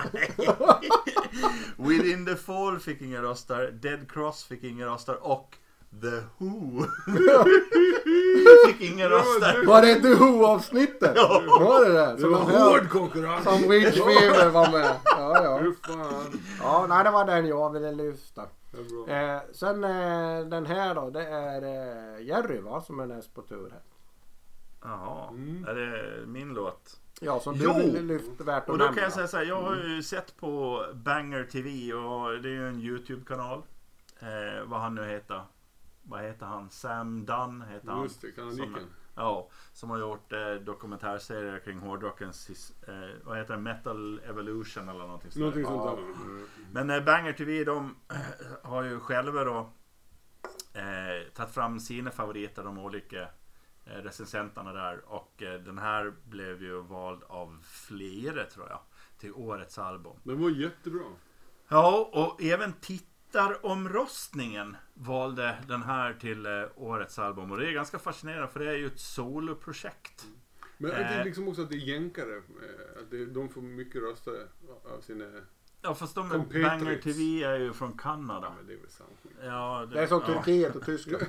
Within the Fall fick ingen röstar. Dead Cross fick ingen röstar. Och The Who fick ingen röstar. Var det The Who-avsnittet? Var det det? Det var hård konkurrens. Som Witch Fever var med. Ja. Hur fan. Ja, nej det var den jag ville lyfta. Det är bra. Sen den här då, det är Jerry va, som är näst på tur här. Jaha, är det min låt? Ja, som Jo! du ville lyfta värt att Och då nämna. kan jag säga så här, jag har ju sett på Banger TV och det är ju en YouTube-kanal. Vad han nu heter. Vad heter han? Sam Dunn heter han. Just det, kanadiken. Som har gjort dokumentärserier kring hårdrockens vad heter det? Metal Evolution eller någonting sånt. Någonting sånt Ja. där. Men Banger TV de har ju själva då tagit fram sina favoriter, de olika recensenterna där, och den här blev ju vald av flera tror jag till årets album. Den var jättebra. Ja, och även tittaromröstningen valde den här till årets album, och det är ganska fascinerande för det är ju ett soloprojekt. Men det är liksom också att det är jänkare. Att de får mycket röster av sina... Ja, fast Compatriots. Banger TV är ju från Kanada. Ja, men det är väl sant. Ja, Det är som ja. Turkiet och Tyskland.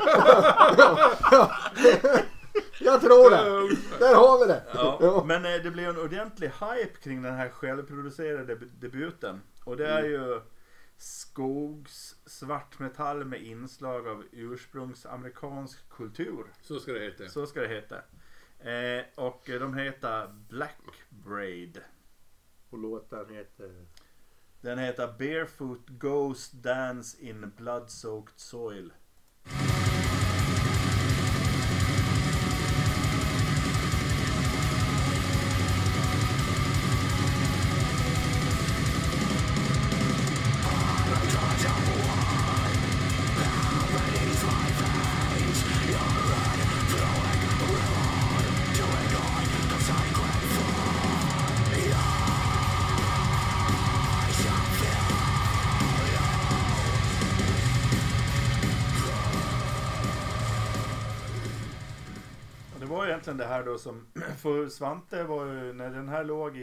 Jag tror det. Där har vi det. Ja, men det blev en ordentlig hype kring den här självproducerade debuten. Och det är ju skogs svartmetall med inslag av ursprungsamerikansk kultur. Så ska det heta. Så ska det heta. Och de heter Black Braid. Och låten heter... Den heter Barefoot Ghost Dance in Blood-Soaked Soil. Det var egentligen det här då som för Svante var ju, när den här låg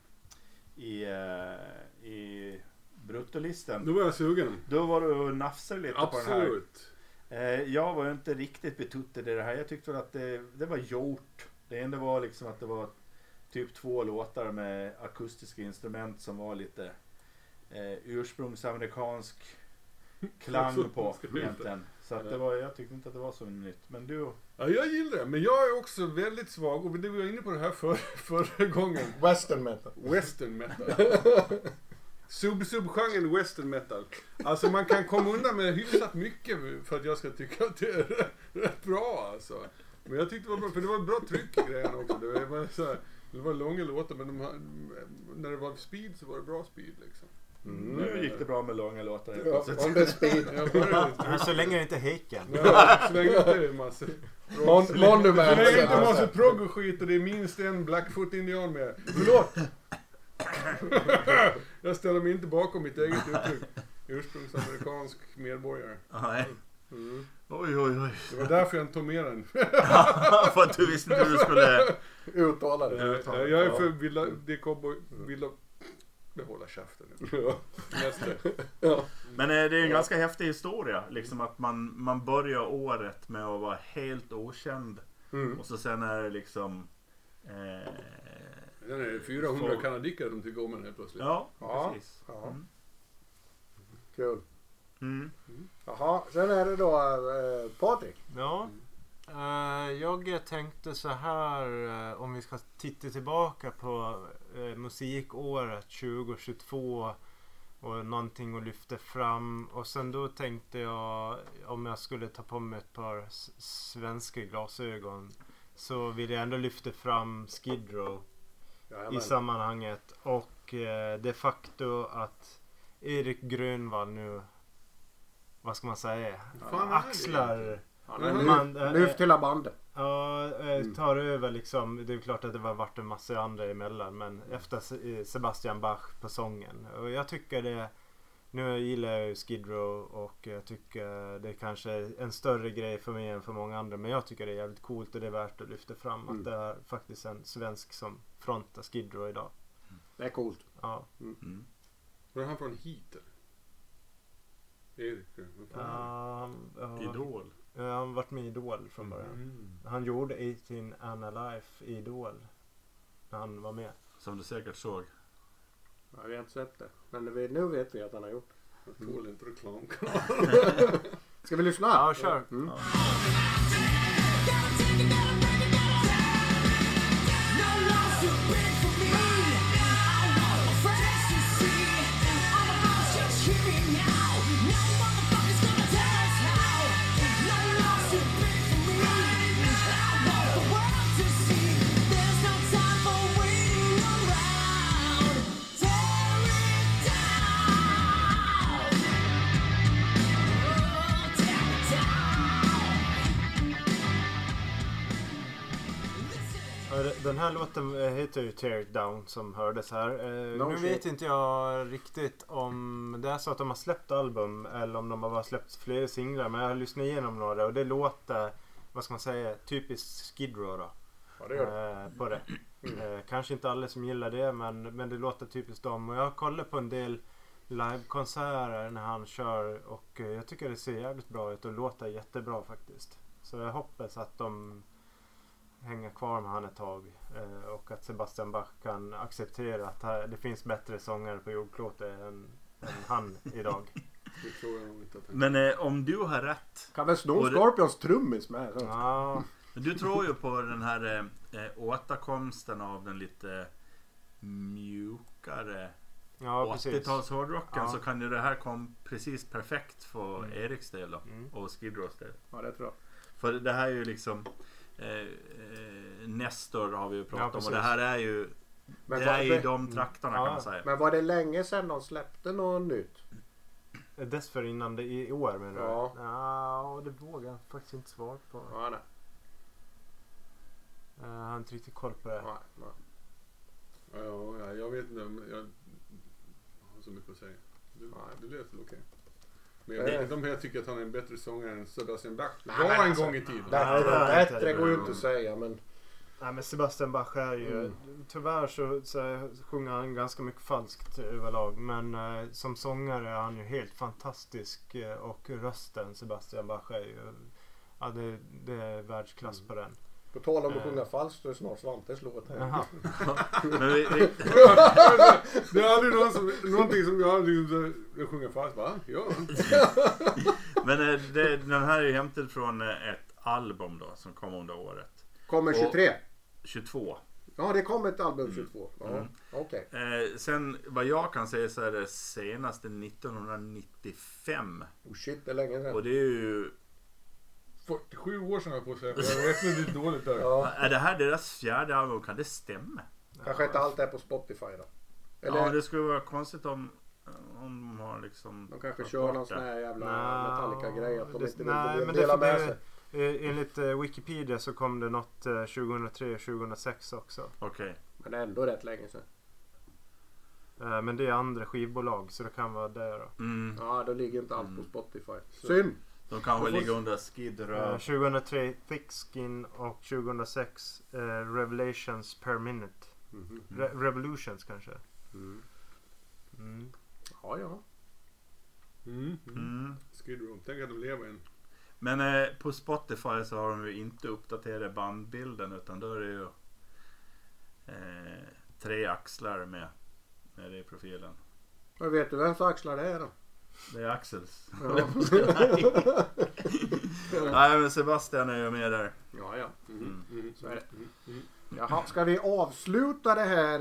i bruttolisten, Då var jag sugen. då var du och nafsade lite på den här. Absolut. Jag var ju inte riktigt betuttad i det här. Jag tyckte väl att det var gjort. Det enda var liksom att det var typ 2 låtar med akustiska instrument som var lite ursprungsamerikansk klang på egentligen. Så att det var, jag tyckte inte att det var så nytt. Men du... Ja, jag gillar det. Men jag är också väldigt svag. Och det var jag inne på det här förra gången. Western metal. Western metal. Subgenren western metal. Alltså man kan komma undan med hyfsat mycket för att jag ska tycka att det är rätt bra alltså. Men jag tyckte det var bra, för det var bra tryck i grejen också. Det var långa låtar, men när det var speed så var det bra speed liksom. Nu gick det bra med långa låtar. Ja, om det är speed. Men så länge det inte är Heiken. Ja, så länge det är massa... Monument. Så länge det inte är massa progg och skit och det är minst en Blackfoot-indian med. Förlåt! Jag ställer mig inte bakom mitt eget uttryck. Ursprungsamerikansk medborgare. Nej. Oj, oj, oj. Det var därför jag inte tog med den. För att du visste inte hur du skulle... Uttala det. Jag är för vilda... Det är cowboy... borde hålla käften. Ja. Nästa. Ja. Men det är en ganska häftig historia. Liksom att man börjar året med att vara helt okänd. Mm. Och så sen är det liksom... Den är 400 kanadiker som tycker om den helt plötsligt. Ja, Ja. precis. Ja. Mm. Kul. Mm. Jaha, sen är det då Patrik. Ja. Jag tänkte så här om vi ska titta tillbaka på musikåret 2022 och någonting att lyfta fram, och sen då tänkte jag om jag skulle ta på mig ett par svenska glasögon så vill jag ändå lyfta fram Skid Row i sammanhanget, och det faktum att Erik Grönvall nu, vad ska man säga, Fan, är det axlar Lyft hela bandet. Ja, tar över liksom. Det är klart att det var varit en massa andra emellan, men efter Sebastian Bach på sången. Och jag tycker det, nu gillar jag ju Skid Row och jag tycker det är kanske en större grej för mig än för många andra, men jag tycker det är jävligt coolt och det är värt att lyfta fram att det är faktiskt en svensk som frontar Skid Row idag. Det är coolt. Ja. Mm. Var han från hit eller? Erik? Idol. Han har varit med i Idol från början. Han gjorde 18 and Alive i Idol när han var med. Som du säkert såg. Ja, vi har inte sett det. Men nu vet vi att han har gjort. Jag tål inte reklam. Ska vi lyssna? Ja, kör. Mm. Den här låten heter ju Tear It Down som hördes här. No Nu shit. vet inte jag riktigt om det är så att de har släppt album eller om de har bara släppt flera singlar, men jag har lyssnat igenom några och det låter, vad ska man säga, typiskt Skid Row då. Ja, det gör det. På det. Kanske inte alla som gillar det, men det låter typiskt dem. Och jag har kollat på en del livekonserter när han kör och jag tycker det ser jävligt bra ut och låter jättebra faktiskt. Så jag hoppas att de hänga kvar med han ett tag och att Sebastian Bach kan acceptera att det finns bättre sångare på jordklotet än han idag. Det tror jag nog inte att han... Men om du har rätt. Kan väl sno Och det- Scorpions trummis med? Så. Ja, Du tror ju på den här återkomsten av den lite mjukare ja precis. 80-tals hårdrocken, Ja. så kan ju det här komma precis perfekt för Eriks del då, och Skid Rows del. Ja, det tror jag. För det här är ju liksom Nestor har vi ju pratat om, precis. och det här är ju Men det var är ju det- de trakterna Ja. kan man säga. Men var det länge sedan de släppte något nytt? Dessförinnan det i år menar du? Ja. Ja, det vågar jag faktiskt inte svara på. Ja, nej. Jag har inte riktigt koll på det. Nej, nej. Ja, jag vet inte om jag har så mycket att säga. Det lät väl okej. Men jag vet inte om jag tycker att han är en bättre sångare än Sebastian Bach. Nej, Var men en alltså, gång i tiden. Nej, det är Bättre inte. går ju inte att säga, men Nej, men Sebastian Bach är ju tyvärr så sjunger han ganska mycket falskt överlag, men som sångare är han ju helt fantastisk och rösten Sebastian Bach är ju det är världsklass på den. på tal om att sjunga falskt så är snart Svantes låt här. Jaha. Men Det är aldrig någonting som jag aldrig sjunger fast, va? Ja. men den här är ju hämtad från ett album då som kom under året. Kommer 23. 22. Ja, det kom ett album 22. Ja, okej. Sen vad jag kan säga så är det senaste 1995. Oh shit, det är länge sedan. Och det är ju... 47 år sedan jag på sig. Jag räknar lite dåligt där. Ja, Är det här deras fjärde album? Kan det stämma? kanske inte allt är på Spotify då. Eller Ja, det skulle vara konstigt om de har liksom... de kanske tagit kör bort någon det. sån här jävla Nej, Metallica-grej att de det- inte nej, vill men dela det- med det- sig. Enligt Wikipedia så kom det något 2003 och 2006 också. Okej. Men ändå rätt länge sedan. Men det är andra skivbolag så det kan vara där då. Mm. Ja, då ligger inte allt på Spotify. Synd! De kan väl ligga under Skid Row. 2003 Thick Skin och 2006 Revelations per minute. Revolutions kanske. Ja. Skid Row. Tänk att de lever än. Men på Spotify så har de ju inte uppdaterat bandbilden, utan då är det ju 3 axlar med nere i profilen. Och vet du vems axlar det är då? Det är Axels. Ja. Nej, men Sebastian är ju med där. Ja. Så är det. Jaha, ska vi avsluta det här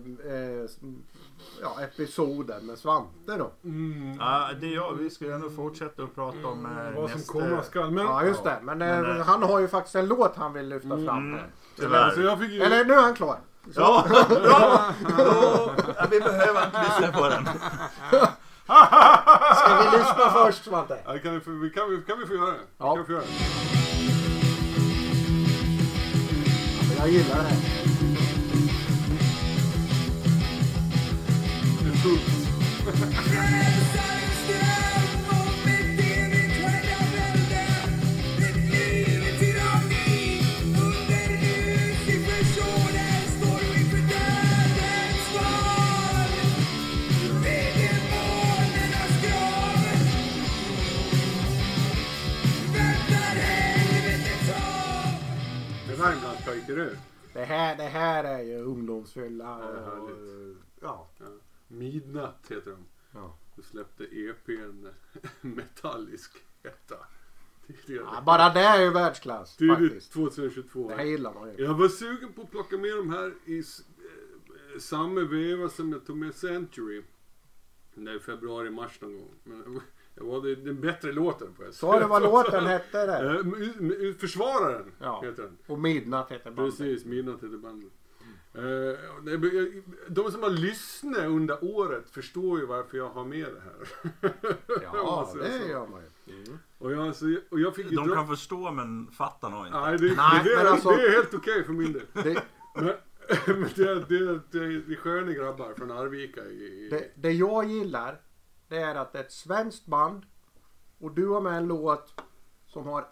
episoden med Svante då? Ja, det gör vi. Ska ju ändå fortsätta att prata om Vad som nästa... komma skall. Men, Ja, just det. Men han har ju faktiskt en låt han vill lyfta fram här. Tyvärr. så jag fick ju... Eller nu är han klar. Ja, vi behöver inte lyssna på den. Ska vi lyssna först, Svante? Ja, kan vi få göra det? Ja. Kan vi få göra det? Jag gillar det här. Det är fullt. Det var ibland pojkar ut. Det här är ju ungdomsfylla. Ja, det är Och, härligt. ja. Midnatt heter de. Ja. Du släppte EPn Metallisk etta. Bara det är ju världsklass Tidigt faktiskt. 2022. Det här gillar man ju. Jag var sugen på att plocka med de här i samma veva som jag tog med Century. Det är februari-mars någon gång. Men jag var den bättre låten på det. Så det var låten hette det. Försvararen Ja. heter den. Och Midnatt heter bandet. Precis, Midnatt heter bandet. De som har lyssnat under året förstår ju varför jag har med det här. Ja, det gör man ju. Och jag fick ju De kan förstå men fattar nog inte. Nej, men alltså- det är helt okej för min del. Det, Men det är sköna grabbar från Arvika. det jag gillar, det är att det är ett svenskt band och du har med en låt som har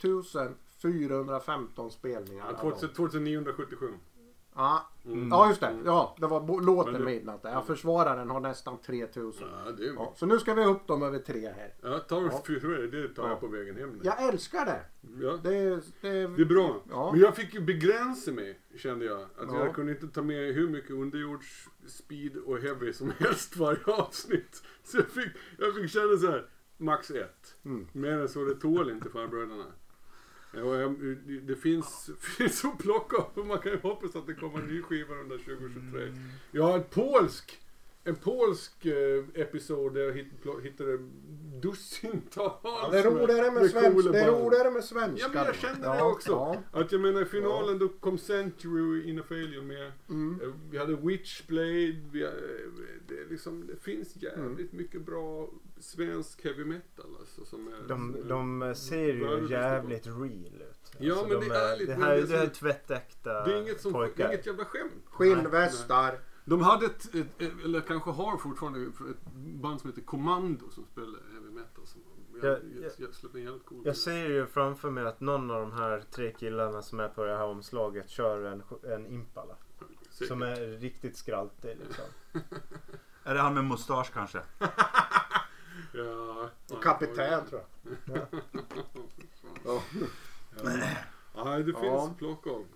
1415 spelningar. 2977. Ja, ja just det. Ja, det var låten Men det- Midnatt. Ja, Försvararen har nästan 3000. Ja, det är Ja, så nu ska vi upp dem över 3 här. Ja, det tar jag på vägen hem. Jag älskar det. Ja. Det Det är bra. Ja. Men jag fick ju begränsa mig, kände jag. Att Ja. jag kunde inte ta med hur mycket underjords, speed och heavy som helst varje avsnitt. Så jag fick känna så här, max 1. Mer än så det tål inte farbröderna. Det finns att plocka upp och man kan ju hoppas att det kommer en ny skiva under 2023. Jag har en polsk episod där jag hittade dussintals det är roligare med coola band. svenska. Ja, men jag kände det också. Att jag menar i finalen då kom Century in och Failure med. Vi hade Witchblade. Det finns jävligt mycket bra svensk heavy metal. Alltså, som är, De ser ju jävligt real ut. Ja, Alltså, men det är lite... det här är tvättäkta det är inget pojkar. inget jävla skämt. Skinnvästar. De hade eller kanske har fortfarande ett band som heter Kommando som spelar heavy metal. Som jag släpper en jävligt cool. Jag ser ju framför mig att någon av de här 3 killarna som är på det här omslaget kör en Impala. Säkert. Som är riktigt skraltig liksom. Är det han med mustasch kanske? Ja. Och kapitän tror jag. Ja, det finns att plocka av.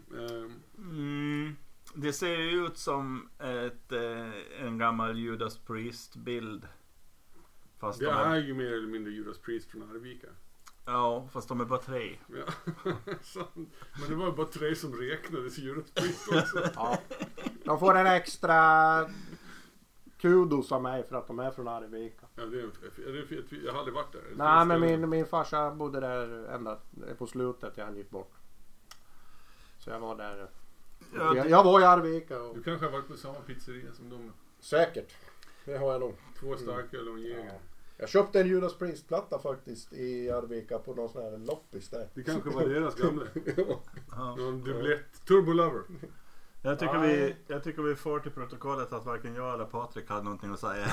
Det ser ju ut som en gammal Judas Priest-bild. Fast Det de är ju mer eller mindre Judas Priest från Arvika. Ja, fast de är bara 3. Ja. Men det var ju bara 3 som räknades i Judas Priest också. Ja. De får en extra kudos av mig för att de är från Arvika. Ja, jag har aldrig varit där. Nej, men min farsa bodde där ända på slutet när han gick bort. Så jag var där. Jag var i Arvika. Och... Du kanske har varit på samma pizzeria som de. Säkert. Det har jag nog. 2 starköl och en jäger. Jag köpte en Judas Priest-platta faktiskt i Arvika på någon sån här loppis där. Det kanske var deras gamla. Ja. Någon dubblett. Turbo Lover. Jag tycker vi får till protokollet att varken jag eller Patrik hade någonting att säga.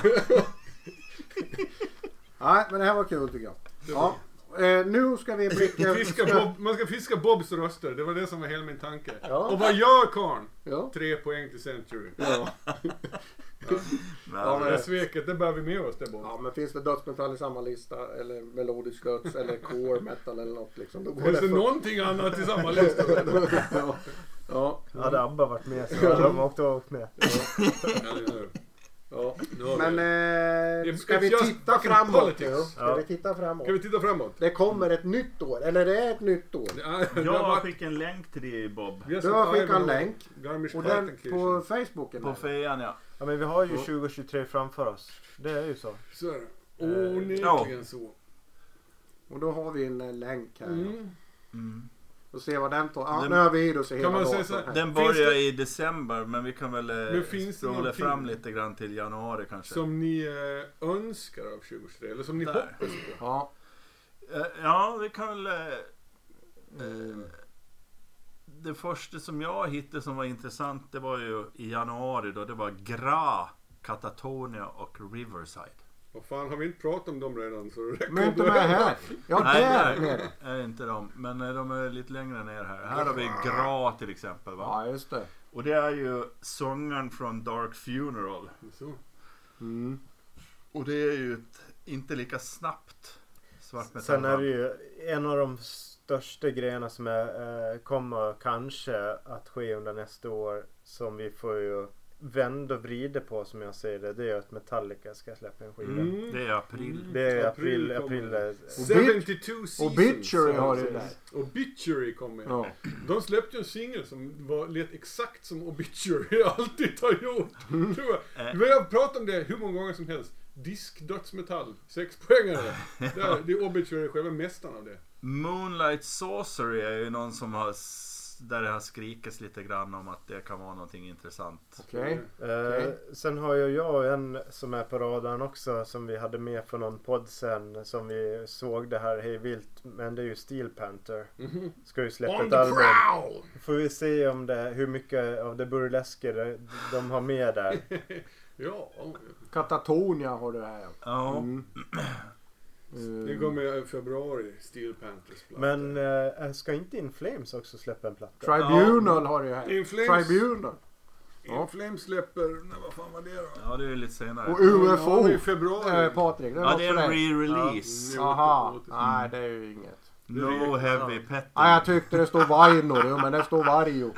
Nej, men det här var kul tycker jag. Ja. Nu ska vi blicka... Man ska fiska Bobs röster. Det var det som var hela min tanke. Ja. Och vad gör karln? Ja. 3 poäng till Century. Ja. Ja, men- Det sveket, det bär vi med oss det Bob. Ja, men finns det dödsmetall i samma lista eller melodisk döds eller core metal eller något liksom. Då går Finns det för- någonting annat i samma lista? ja. Ja. Hade ABBA varit med så hade de åkt med. Eller hur? Ja. Nu har Men It's ska vi just titta fucking framåt? politics. Ja. Ska Ja. vi titta framåt? Ska vi titta framåt? Det kommer ett nytt år, eller det är ett nytt år. Jag fick en länk till det Bob. Du har skickat en länk. Garmisch Och den Partenkirchen. på Facebooken. På fejan ja. Ja, men vi har ju 2023 framför oss. Det är ju så. Så är det. Onekligen så. Och då har vi en länk här. Mm. Och se vad den tar. Ja, Den- nu har vi då så hela man säga datorn så här, här. Den Finns börjar det- i december men vi kan väl Men finns det scrolla någonting- fram lite grann till januari kanske. Som ni önskar av 2023 eller som ni Där. hoppas på. Ja. Ja, vi kan väl... Det första som jag hittade som var intressant det var ju i januari då. Det var Gra, Katatonia och Riverside. Vad fan, har vi inte pratat om dem redan så det räcker Men inte med här. Ja, Nej, där där nere. är inte de. Men de är lite längre ner här. Här har vi Gra till exempel va. Ja, just det. Och det är ju sångaren från Dark Funeral. Så. Mm. Och det är ju ett inte lika snabbt svartmetall. Sen är det ju en av de största grejerna som kommer kanske att ske under nästa år som vi får ju vända och vrida på som jag säger det. Det är att Metallica ska släppa en skiva. Det är april. Det är April april. kommer. Obit- 72 seasons. Obituary ja, har du precis. Obituary kommer. Ja. De släppte ju en singel som lät exakt som Obituary alltid har gjort. Vi har pratat om det hur många gånger som helst. Disk-dödsmetall, 6-poängare. Det är Obituary själva mästaren av det. Moonlight Sorcery är ju någon som har där det har skrikits lite grann om att det kan vara någonting intressant. Okej. Sen har ju jag en som är på radarn också som vi hade med för någon podd sen som vi såg det här hej vilt, men det är ju Steel Panther. Ska ju släppa On ett the album. prowl! Får vi se om det, hur mycket av det burlesker de har med där. Ja, Katatonia har du här. Ja. Mm. det kommer i februari, Steel Panthers platta. Men ska inte In Flames också släppa en platta? Tribunal har du här. In Flames. Tribunal. In Flames släpper, vad fan var det då? Ja, det är lite senare. Och UFO. I februari. Patrik, det är Ja, något det är för en dig. re-release. Jaha. Nej, det är ju inget. No heavy petting. Nej, jag tyckte det stod Vaino, jo, men det står Varjo.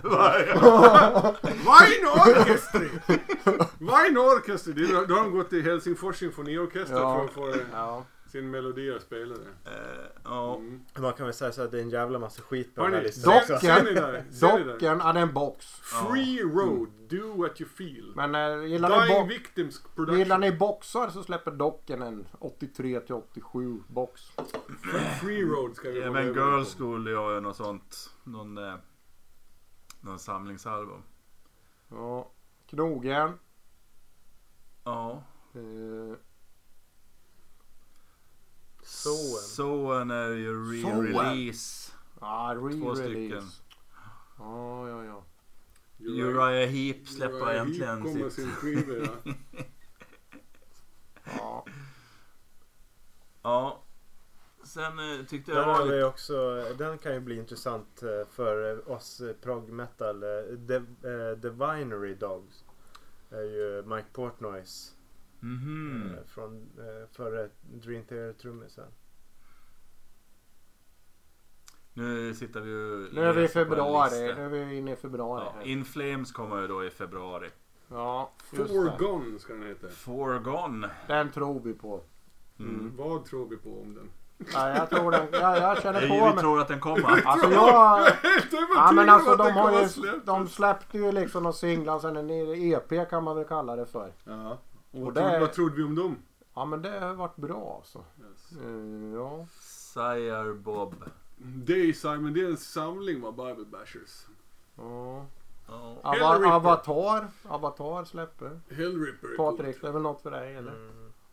Vaino Orkestri! Vaino Orkestri! Då har de gått till Helsingfors symfoniorkester Ja. för att få Ja. sin melodi att spela det. Ja. Man kan väl säga så att det är en jävla massa skit på den här Hörni, listan också. ser ni där? Ser ni där? Docken, ja det är en box. Free Road, do what you feel. Men gillar Dying ni, Victims gillar production. ni boxar så släpper Docken en 83 till 87 box. Free Road ska vi Även över Girl på. School gör ju något sånt. Någon samlingsalbum. Ja. Knogjärn. Ja. Soen. Är ju re-release. Ja, Två stycken. re-release. Ja. Uriah Heep släpper Uriah Heep äntligen kommer sitt. sin skiva, ja. Ja. Ja. Sen tyckte Där jag har var vi lite... också, den kan ju bli intressant för oss prog metal. The Vinery Dogs är ju Mike Portnoys Mhm. från förre Dream Theater trummisen. Nu sitter vi ju... Nu är vi i läser på en februari. lista. Nu är vi inne i februari. Ja, här. In Flames kommer ju då i februari. Ja, just For det. Gone ska den heta. Forgone. Den tror vi på. Vad tror vi på om den? Ja, jag tror den. Jag känner på Vi mig. tror att den kommer. Alltså jag... Helt Ja men alltså övertygad om att de den har ju... kommer släppas. De släppte ju liksom någon singlar sen en EP kan man väl kalla det för. Ja. Och Och vad trodde vi om dem? Ja men det har varit bra alltså. Yes. Ja. Sire Bob. Det är Simon, det är en samling av Bible Bashers. Ja. Ja. Avatar. Avatar släpper. Hellripper är Patrik, det är väl något för dig eller?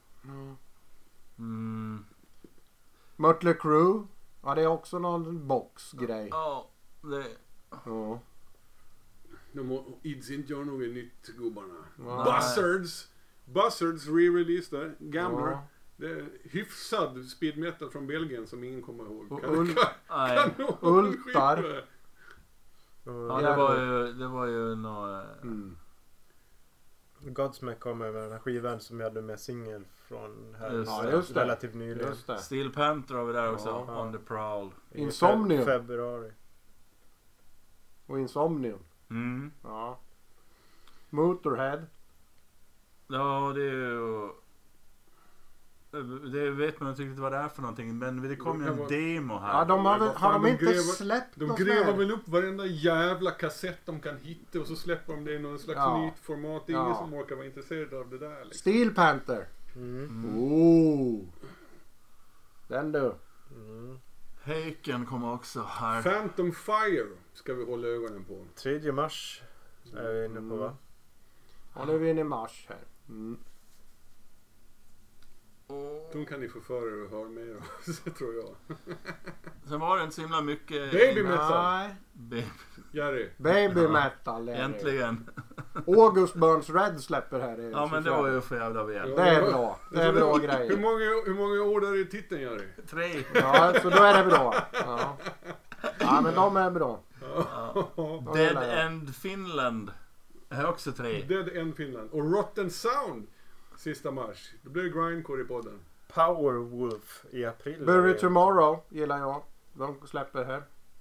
Mm. Mötley Crüe. Ja det är också någon boxgrej. Ja, det... Ja. De har ids inte göra något nytt gubbarna. Nej. Buzzards re-release där. Gambler. Ja. Det är hyfsad speed metal från Belgien som ingen kommer ihåg. Och Nej. Ultar. Ja, det var ju något... Godsmack kommer med den här skivan som jag hade med singel från här Just det. relativt nyligen. Just det. Steel Panther har vi där också. Ja. On the Prowl. I Insomnium. Februari. Och Insomnium. Mm. Ja. Motorhead. Ja, det är ju... Det vet man inte riktigt vad det är för någonting. Men det kom ju en demo här. Ja, de har, väl, vad har fan, de de inte gräver- släppt De något gräver där? väl upp varenda jävla kassett de kan hitta och så släpper de det i någon slags Ja. nytt format. Det är ingen Ja. som orkar vara intresserad av det där. Liksom. Steel Panther. Mm. Oh. Den du. Mm. Haken kommer också här. Phantom Fire ska vi hålla ögonen på. 3 mars är vi inne på va? Och nu är vi inne i mars här. De kan ni få för er att höra mer om, så tror jag. Sen var det inte så himla mycket... Baby metal. Nej. Jerry. Baby metal. är det. Äntligen. August Burns Red släpper här. i Ja men det 24. var ju för jävla väl. Det är bra. Det är bra Hur grejer. många ord är det i titeln, Jerry? 3. Ja, så då är det bra. Ja, ja men de är bra. De Dead gillar jag. End Finland är också 3. Dead End Finland. Och Rotten Sound sista mars. Då blir det grindcore i podden. Powerwolf i april. Bury Tomorrow gillar jag. De släpper här.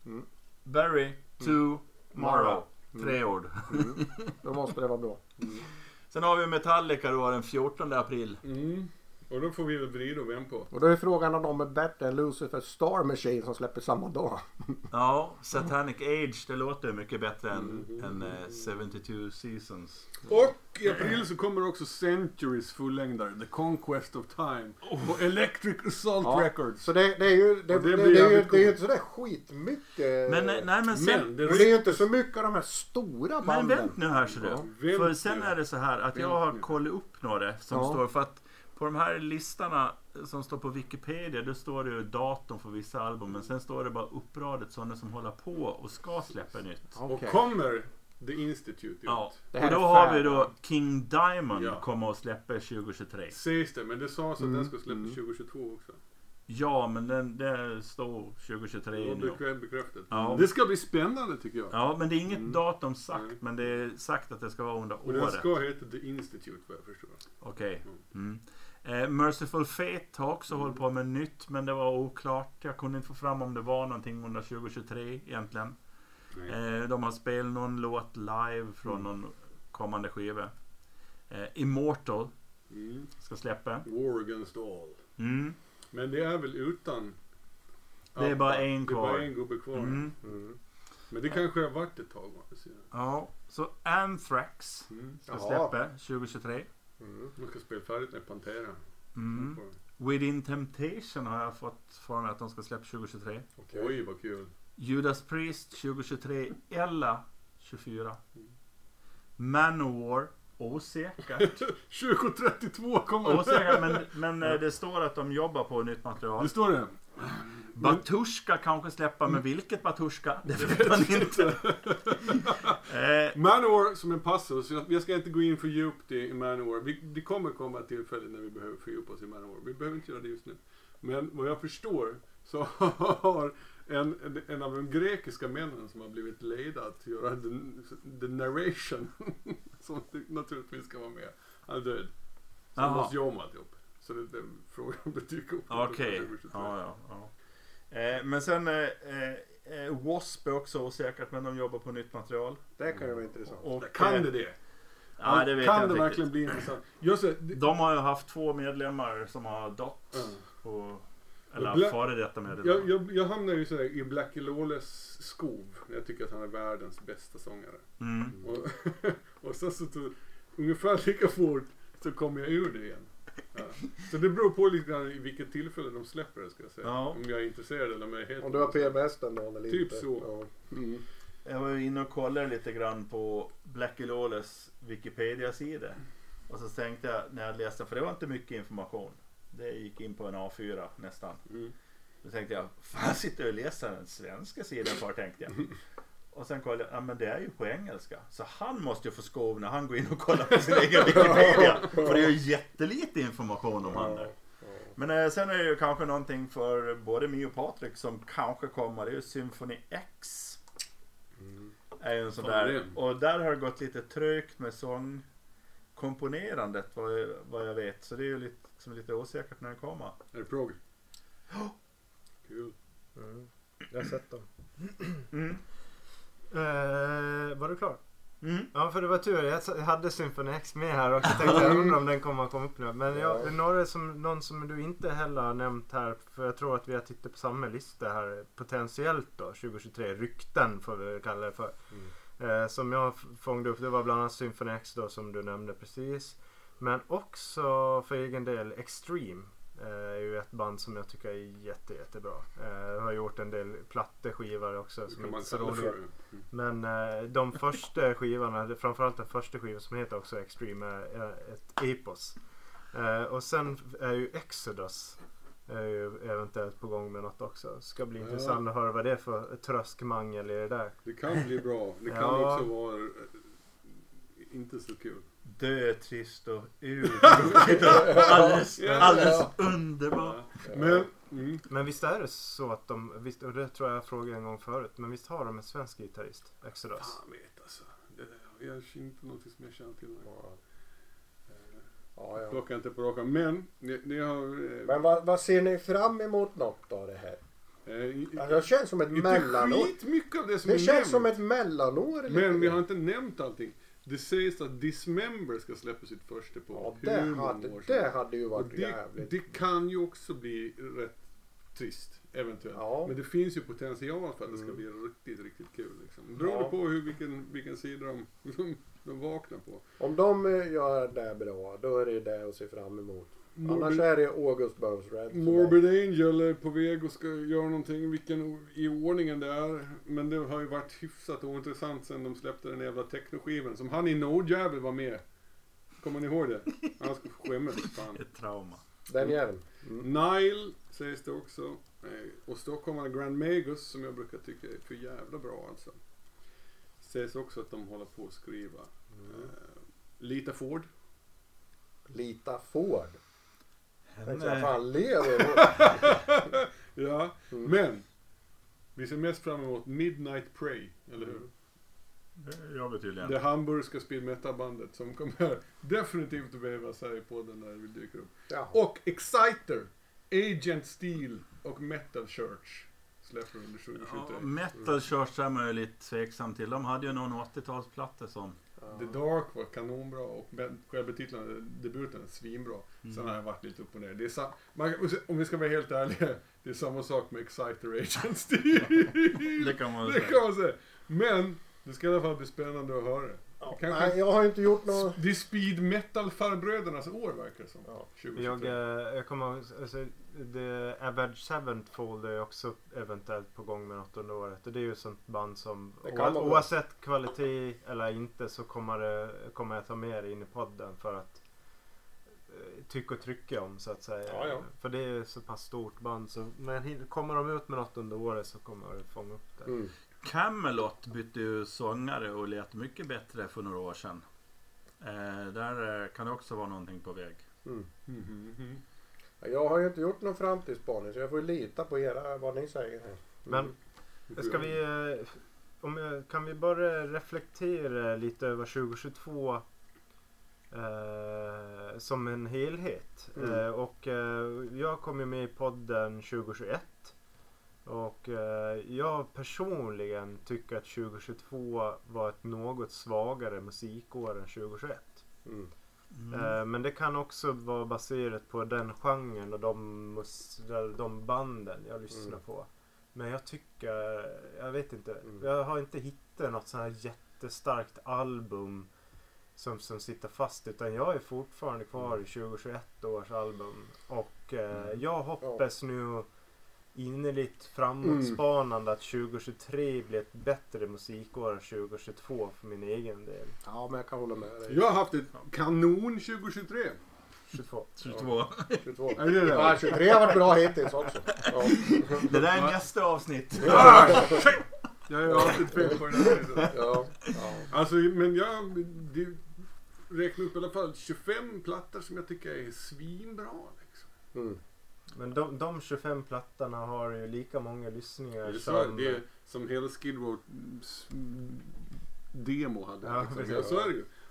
Barry Tomorrow. 3 ord. Då måste det vara bra. Sen har vi Metallica då den 14 april. Och då får vi väl vrida och vända på. Och då är frågan om de är bättre än Lucifer Star Machine som släpper samma dag. Ja, Satanic Age, det låter mycket bättre än 72 Seasons. Och i april så kommer också Centuries fullängdare, The Conquest of Time. Och Electric Assault Ja. Records. Så det är ju det blir är ju jävligt det är ju coolt. inte sådär skitmycket. Men nej men sen... Men det är ju inte så mycket av de här stora Men banden. vänt nu här ser du. Ja, vänt För sen nu. är det så här att jag har kollat upp några som Ja. står för att på de här listorna som står på Wikipedia, då står det ju datum för vissa album, men sen står det bara uppradet sådana som håller på och ska släppa nytt. Och Okej. kommer The Institute ut. Ja, Det och här då är har fan, vi då ja. King Diamond Ja. kommer att släppa 2023. Sägs det, men det sades att den ska släppas 2022 också. Ja, men det står 2023 Och nu. bekräftat. Ja. Det ska bli spännande tycker jag. Ja, men det är inget datum sagt, Nej. men det är sagt att det ska vara under Och den året. ska heta The Institute vad jag förstår. Okej. Merciful Fate har också hållit på med nytt, men det var oklart. Jag kunde inte få fram om det var någonting under 2023 egentligen. Nej. De har spelat någon låt live från någon kommande skiva. Immortal ska släppa. War Against All. Mm. Men det är väl utan... Det är bara en Det är kvar. bara en gubbe kvar. Mm. Men det kanske har varit ett tag. Va? Ja, så Anthrax ska Jaha. släppa 2023. Man ska spela färdigt med Pantera. Mm. Within Temptation har jag fått för mig att de ska släppa 2023. Oj vad kul. Judas Priest 2023 eller 24. Manowar osäkert. 2032 kommer Osäkert, men det står att de jobbar på nytt material. Det står det. Batushka kanske släppa, men vilket Batushka? Det vet man inte. Manowar som en passus. Jag ska inte gå in för djupt i Manowar. Det kommer komma ett tillfälle när vi behöver fördjupa oss i Manowar. Vi behöver inte göra det just nu. Men vad jag förstår så har en av de grekiska männen som har blivit ledad att göra the narration som naturligtvis ska vara med. Han är död. Så Jaha. han måste göra om alltihop. Så det är frågan om det dyker upp. Okej. Ja. Men sen W.A.S.P. är också osäkert, men de jobbar på nytt material. Det kan ju vara intressant. Och, Kan det? Ja, det vet kan jag det inte verkligen riktigt. bli intressant? Just det, De har ju haft 2 medlemmar som har dött. Eller Bla- före detta medlemmar. jag hamnar ju sådär i Blackie Lawless skov. Jag tycker att han är världens bästa sångare. Mm. Och sen så ungefär lika fort så kommer jag ur det igen. Ja. Så det beror på lite grann i vilket tillfälle de släpper det ska jag säga. Ja. Om jag är intresserad eller om jag är helt... Om du har PMS den dagen eller Typ inte. så. Ja. Jag var ju inne och kollade lite grann på Blackie Lawless Wikipedia-sida. Och så tänkte jag när jag läste, för det var inte mycket information. Det gick in på en A4 nästan. Då tänkte jag, fan sitter jag och läser den svenska sidan för, tänkte jag. Och sen kollade jag, ja men det är ju på engelska. Så han måste ju få skov när han går in och kollar på sin egen Wikipedia. För det är ju jättelite information om han där. Men sen är det ju kanske någonting för både mig och Patrik som kanske kommer. Det är ju Symphony X. Är ju en sån Fan, där. det. Och där har det gått lite trögt med komponerandet vad jag vet. Så det är ju lite osäkert när det kommer. Är det prog? Kul. Jag har sett dem. Mm. Var du klar? Mm. Ja, för det var tur. Jag hade Symphony X med här och jag tänkte jag undrar om den kommer att komma upp nu. Men det är någon som du inte heller har nämnt här, för jag tror att vi har tittat på samma lista här potentiellt då, 2023. Rykten får vi kalla det för. Som jag fångade upp, det var bland annat Symphony X då som du nämnde precis. Men också för egen del Extreme. Är ju ett band som jag tycker är jättebra. Jag har gjort en del platteskivor också som inte är så roliga. Men de första skivorna, framförallt den första skivan som heter också Extreme, är ett epos. Och sen är ju Exodus är ju eventuellt på gång med något också. Ska bli intressant att höra vad det är för tröskmangel i det där. Det kan bli bra. Det kan också vara inte så kul. Dö, trist och alldeles underbart. Men visst är det så att visst, och det tror jag frågade en gång förut, men visst har de en svensk gitarrist, Exodus? Jag vet alltså. Jag är inte något som jag känner till. Plockar inte på raka. Men det har... Men vad ser ni fram emot något av det här? Det känns som ett mellanår. Mycket av det som det är känns nämnt. som ett mellanår. Men vi har inte nämnt allting. Det sägs att Dismember ska släppa sitt första på det hade ju varit jävligt. Det kan ju också bli rätt trist eventuellt. Ja. Men det finns ju potential för att det ska bli riktigt kul. Liksom. Beroende på vilken sida de vaknar på. Om de gör det bra, då är det att se fram emot. Annars är det August Burns Red. Morbid Angel är på väg och ska göra någonting, vilken i ordningen det är. Men det har ju varit hyfsat ointressant sen de släppte den jävla technoskivan som han i No-Jabber var med. Kommer ni ihåg det? Han ska skämmas fan. Ett trauma. Den jäveln. Nile sägs det också. Och stockholmarna Grand Magus som jag brukar tycka är för jävla bra alltså. Sägs också att de håller på att skriva. Lita Ford. Lita Ford. Jag fan lever. Ja, men vi ser mest fram emot Midnight Prey, eller hur? Det gör vi tydligen. Det hamburgska speed metal-bandet som kommer definitivt att behöva säga på den när vi dyker upp. Ja. Och Exciter, Agent Steel och Metal Church släpper under 2023. Ja, Metal Church är man ju lite tveksam till. De hade ju någon 80-talsplatta som... The Dark var kanonbra och självbetitlande debuten är svinbra. Sen har jag varit lite upp och ner. Det är om vi ska vara helt ärliga, det är samma sak med Exciter Agent Steel. Det kan man säga. Men det ska i alla fall bli spännande att höra. Ja. Nej, jag har inte gjort något. Det är speed metal farbrödernas år verkar det som. Ja. Jag kommer ihåg, alltså, The Avenged Sevenfold är också eventuellt på gång med något under året. Och det är ju ett sånt band som oavsett kvalitet eller inte så kommer jag ta med det in i podden för att tycka och trycka om så att säga. Ja. För det är så pass stort band så men kommer de ut med något under året så kommer det fånga upp det. Camelot bytte ju sångare och lät mycket bättre för några år sedan. Där kan det också vara någonting på väg. Jag har ju inte gjort någon framtidsspaning så jag får lita på vad ni säger här. Men ska vi kan vi bara reflektera lite över 2022 som en helhet. Och jag kom ju med i podden 2021. Och jag personligen tycker att 2022 var ett något svagare musikår än 2021. Men det kan också vara baserat på den genren och de banden jag lyssnar på. Men jag tycker, jag vet inte, jag har inte hittat något sånt här jättestarkt album som sitter fast, utan jag är fortfarande kvar i 2021 års album. Och jag hoppas nu innerligt framåtspanande att 2023 blir ett bättre musikår än 2022 för min egen del. Ja, men jag kan hålla med dig. Jag har haft ett kanon 2023. 22. 22. Är det det? Ja, 23 har varit bra hittills också. Ja. Det där är nästa avsnitt. Jag har alltid fel på den här. Ja. Alltså, men jag räknar upp i alla fall 25 plattor som jag tycker är svinbra. Liksom. Men de 25 plattorna har ju lika många lyssningar det är som hela Skid Row demo hade. Ja, liksom. Så är det ju.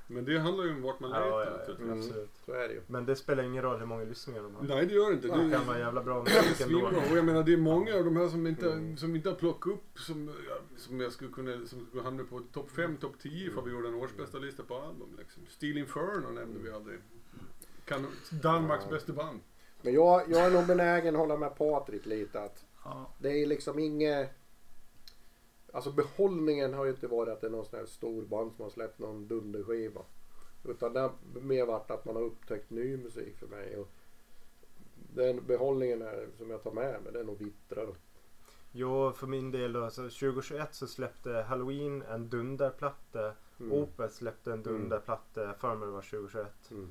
Men det handlar ju om vart man letar naturligtvis. Absolut. Så är det ju. Men det spelar ingen roll hur många lyssningar de har. Nej, det gör det inte. Det kan vara jävla bra musik ändå. Svinbra. Och jag menar, det är många av de här som inte har plockat upp som jag skulle kunna hamna på topp 5, topp 10 för vi gjorde en årsbästa lista på album. Liksom. Steel Inferno nämnde vi aldrig. Danmarks bästa band. Men jag är nog benägen att hålla med Patrik lite att Ja. det är liksom inget... Alltså behållningen har ju inte varit att det är någon sån här stor band som har släppt någon dunderskiva. Utan det har mer varit att man har upptäckt ny musik för mig. Och den behållningen är, som jag tar med mig, det är nog Vittra då. Jo, för min del då, alltså 2021 så släppte Halloween en dunderplatta. Opeth släppte en dunderplatta, för mig det var 2021.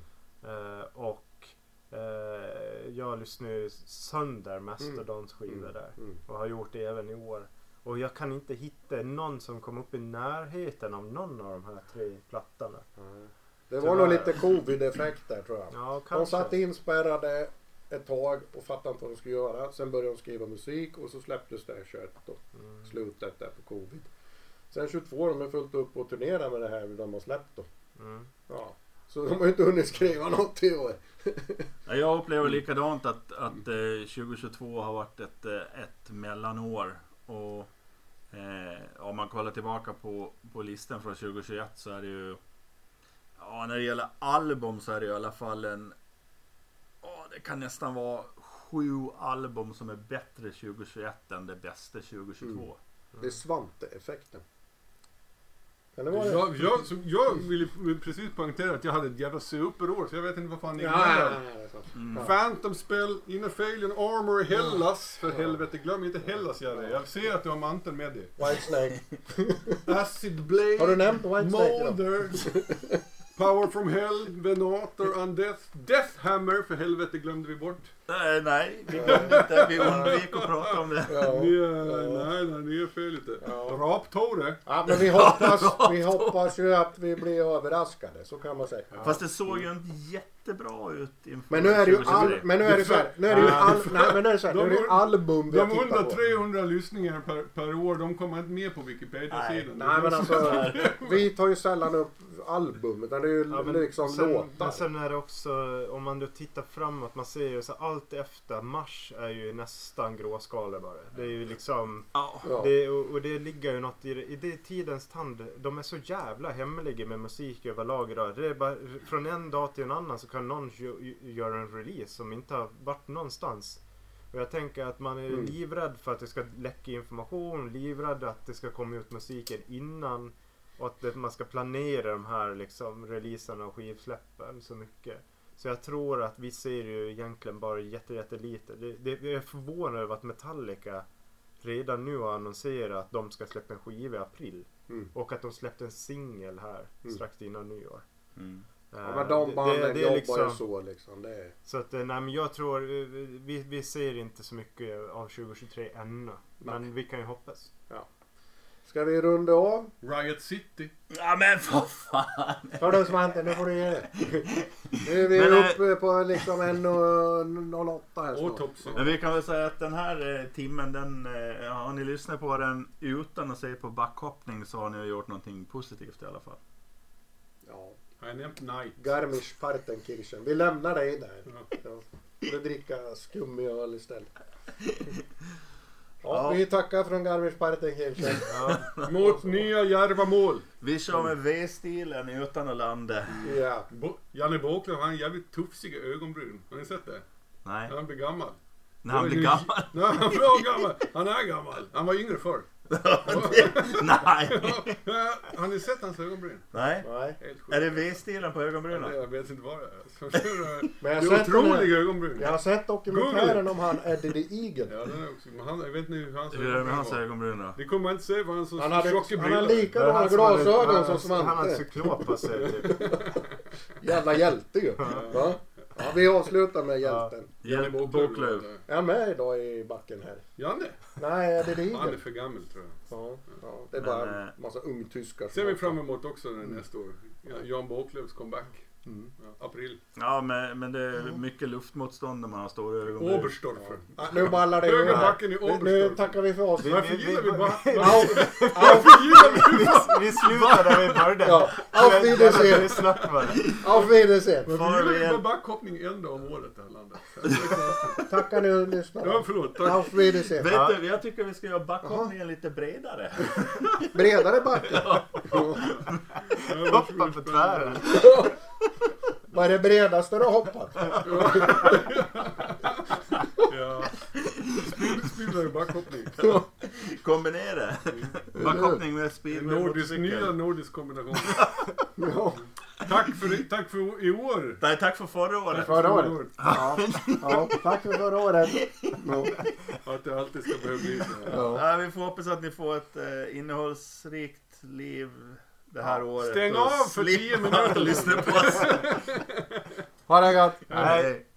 Jag lyssnar ju sönder Mastodons skivor där. Och har gjort det även i år. Och jag kan inte hitta någon som kom upp i närheten av någon av de här 3 plattorna. Det var nog lite covid-effekt där tror jag. Ja, De kanske. satt inspärrade ett tag och fattade inte vad de skulle göra. Sen började de skriva musik och så släpptes det här 21 då. Slutet där på covid. Sen 22 de är fullt upp och turnerar med det här de har släppt då. Ja. Så de har ju inte hunnit skriva något i år. Ja, jag upplever likadant att 2022 har varit ett mellanår. Och om man kollar tillbaka på listan från 2021 så är det ju, ja, när det gäller album så är det i alla fall det kan nästan vara 7 album som är bättre 2021 än det bästa 2022. Det är Svante-effekten. Kan det vara det? Jag ville precis poängtera att jag hade ett jävla superår så jag vet inte vad fan ni Ja. Phantom Spell, Inafalion, Armor, Hellas. För helvete, glöm inte Hellas Jerry. Jag ser att du har manteln med dig. Whitesnake. Acid Blade. Har du nämnt Whitesnake då? Molder. Power from Hell, Venator, Undeath, Deathhammer, för helvete glömde vi bort. Nej, vi glömde inte. Vi undvek att prata om det. Ja. Ni är fel lite. Ja. Raptore. Ja, men vi hoppas ju att vi blir överraskade, så kan man säga. Fast det såg ju inte jättebra ut inför Men nu är det ju 2023. nu är det så här, nu är det ju album vi har De tittat på. 300 lyssningar per år, de kommer inte med på Wikipedia-sidan. Nej men alltså, vi tar ju sällan upp album, utan det är ju liksom Men låtar. sen är det också, om man då tittar framåt, man ser ju så allt efter mars är ju nästan gråskala bara. Det är ju liksom, Ja. och det ligger ju något i det tidens tand. De är så jävla hemliga med musik överlag idag. Det är bara, från en dag till en annan så kan någon göra en release som inte har varit någonstans. Och jag tänker att man är livrädd för att det ska läcka information, livrädd att det ska komma ut musiken innan. Och att man ska planera de här liksom releaserna och skivsläppen så mycket. Så jag tror att vi ser ju egentligen bara jättelite. Jag är förvånad över att Metallica redan nu har annonserat att de ska släppa en skiva i april. Och att de släppte en singel här strax innan nyår. Ja, men de banden det är jobbar liksom, ju så liksom. Det är... Så att, nej, men jag tror vi ser inte så mycket av 2023 ännu. Men vi kan ju hoppas. Ja. Ska vi runda av? Riot City. Ja men för fan. Hör du Svante, nu får du ge det. Nu är vi Men, uppe på liksom 1.08 här Och snart. Topsy. Men vi kan väl säga att den här timmen, den, har ni lyssnat på den utan att se på backhoppning så har ni gjort någonting positivt i alla fall. Ja. Har jag nämnt Night? Garmisch-Partenkirchen. Vi lämnar dig där. Ja. Vi dricka skummjöl istället. Ja, vi tackar från Garmisch-Partenkirchen. Mot nya djärva mål. Vi kör med V-stilen utan att landa. Ja. Janne Båklöv, han har jävligt tufsiga ögonbryn. Har ni sett det? Nej, Han blir gammal. när han blir gammal. Nej, han blir gammal. Han är gammal. Han var yngre förr. Nej. Har ni sett hans ögonbryn? Nej. Nej. Helt sjukt. Är det V-stilen på ögonbrynen? Jag vet inte vad det är. Men jag Det har är sett den här- otroliga ögonbryn. Jag har sett dokumentären om han Eddie the Eagle. Ja, den är också. Men han, jag vet inte hur hans Hur är det med ögonbryn hans var. ögonbryn då? Det kommer man inte se för han har så Han hade tjocka likadana brillor. glasögon som Han hade Svante. cyklop på sig typ. Jävla hjälte ju. Va? Ja, vi avslutar med hjälten. Janne Båklöv. Är han med idag i backen här? Janne? Nej, Eddie the Han är Eagle. för gammal tror jag. Ja, ja, det är Men, bara en massa ungtyskar. Ser vi fram emot också nästa år. Jan Båklövs comeback. Ja, april. Ja, men det är mycket luftmotstånd när man har stora ögon. Oberstdorfer. Nu ballar det Höga ur här. backen i Nu Oberstdorfer. tackar vi för oss. Varför gillar vi bara... Vi slutar där vi började. Ja, auf Wiedersehen. Vi snabbt bara. Auf Wiedersehen. Varför gillar vi bara backhoppning en dag om året i det här landet? Det är konstigt. Tackar nu lyssnarna. Ja, förlåt. Tack. Auf Wiedersehen. Vet du, jag tycker vi ska göra backhoppningen lite bredare. Bredare backe. Ja, Hoppa på tvären. Vad är det bredaste du har hoppat? Ja. Spillare backhoppning. Kombinera. Backhoppning med speedway. Nya nordisk kombination. Ja. Tack för i år. Nej, tack för förra året. Förra året. Ja, tack för förra året. Ja. Att det alltid ska behöva bli så här. Ja. Ja, vi får hoppas att ni får ett innehållsrikt liv det här året. Stäng och av för 10 slippa minuter. lyssna på oss. Ha det gott. Hej.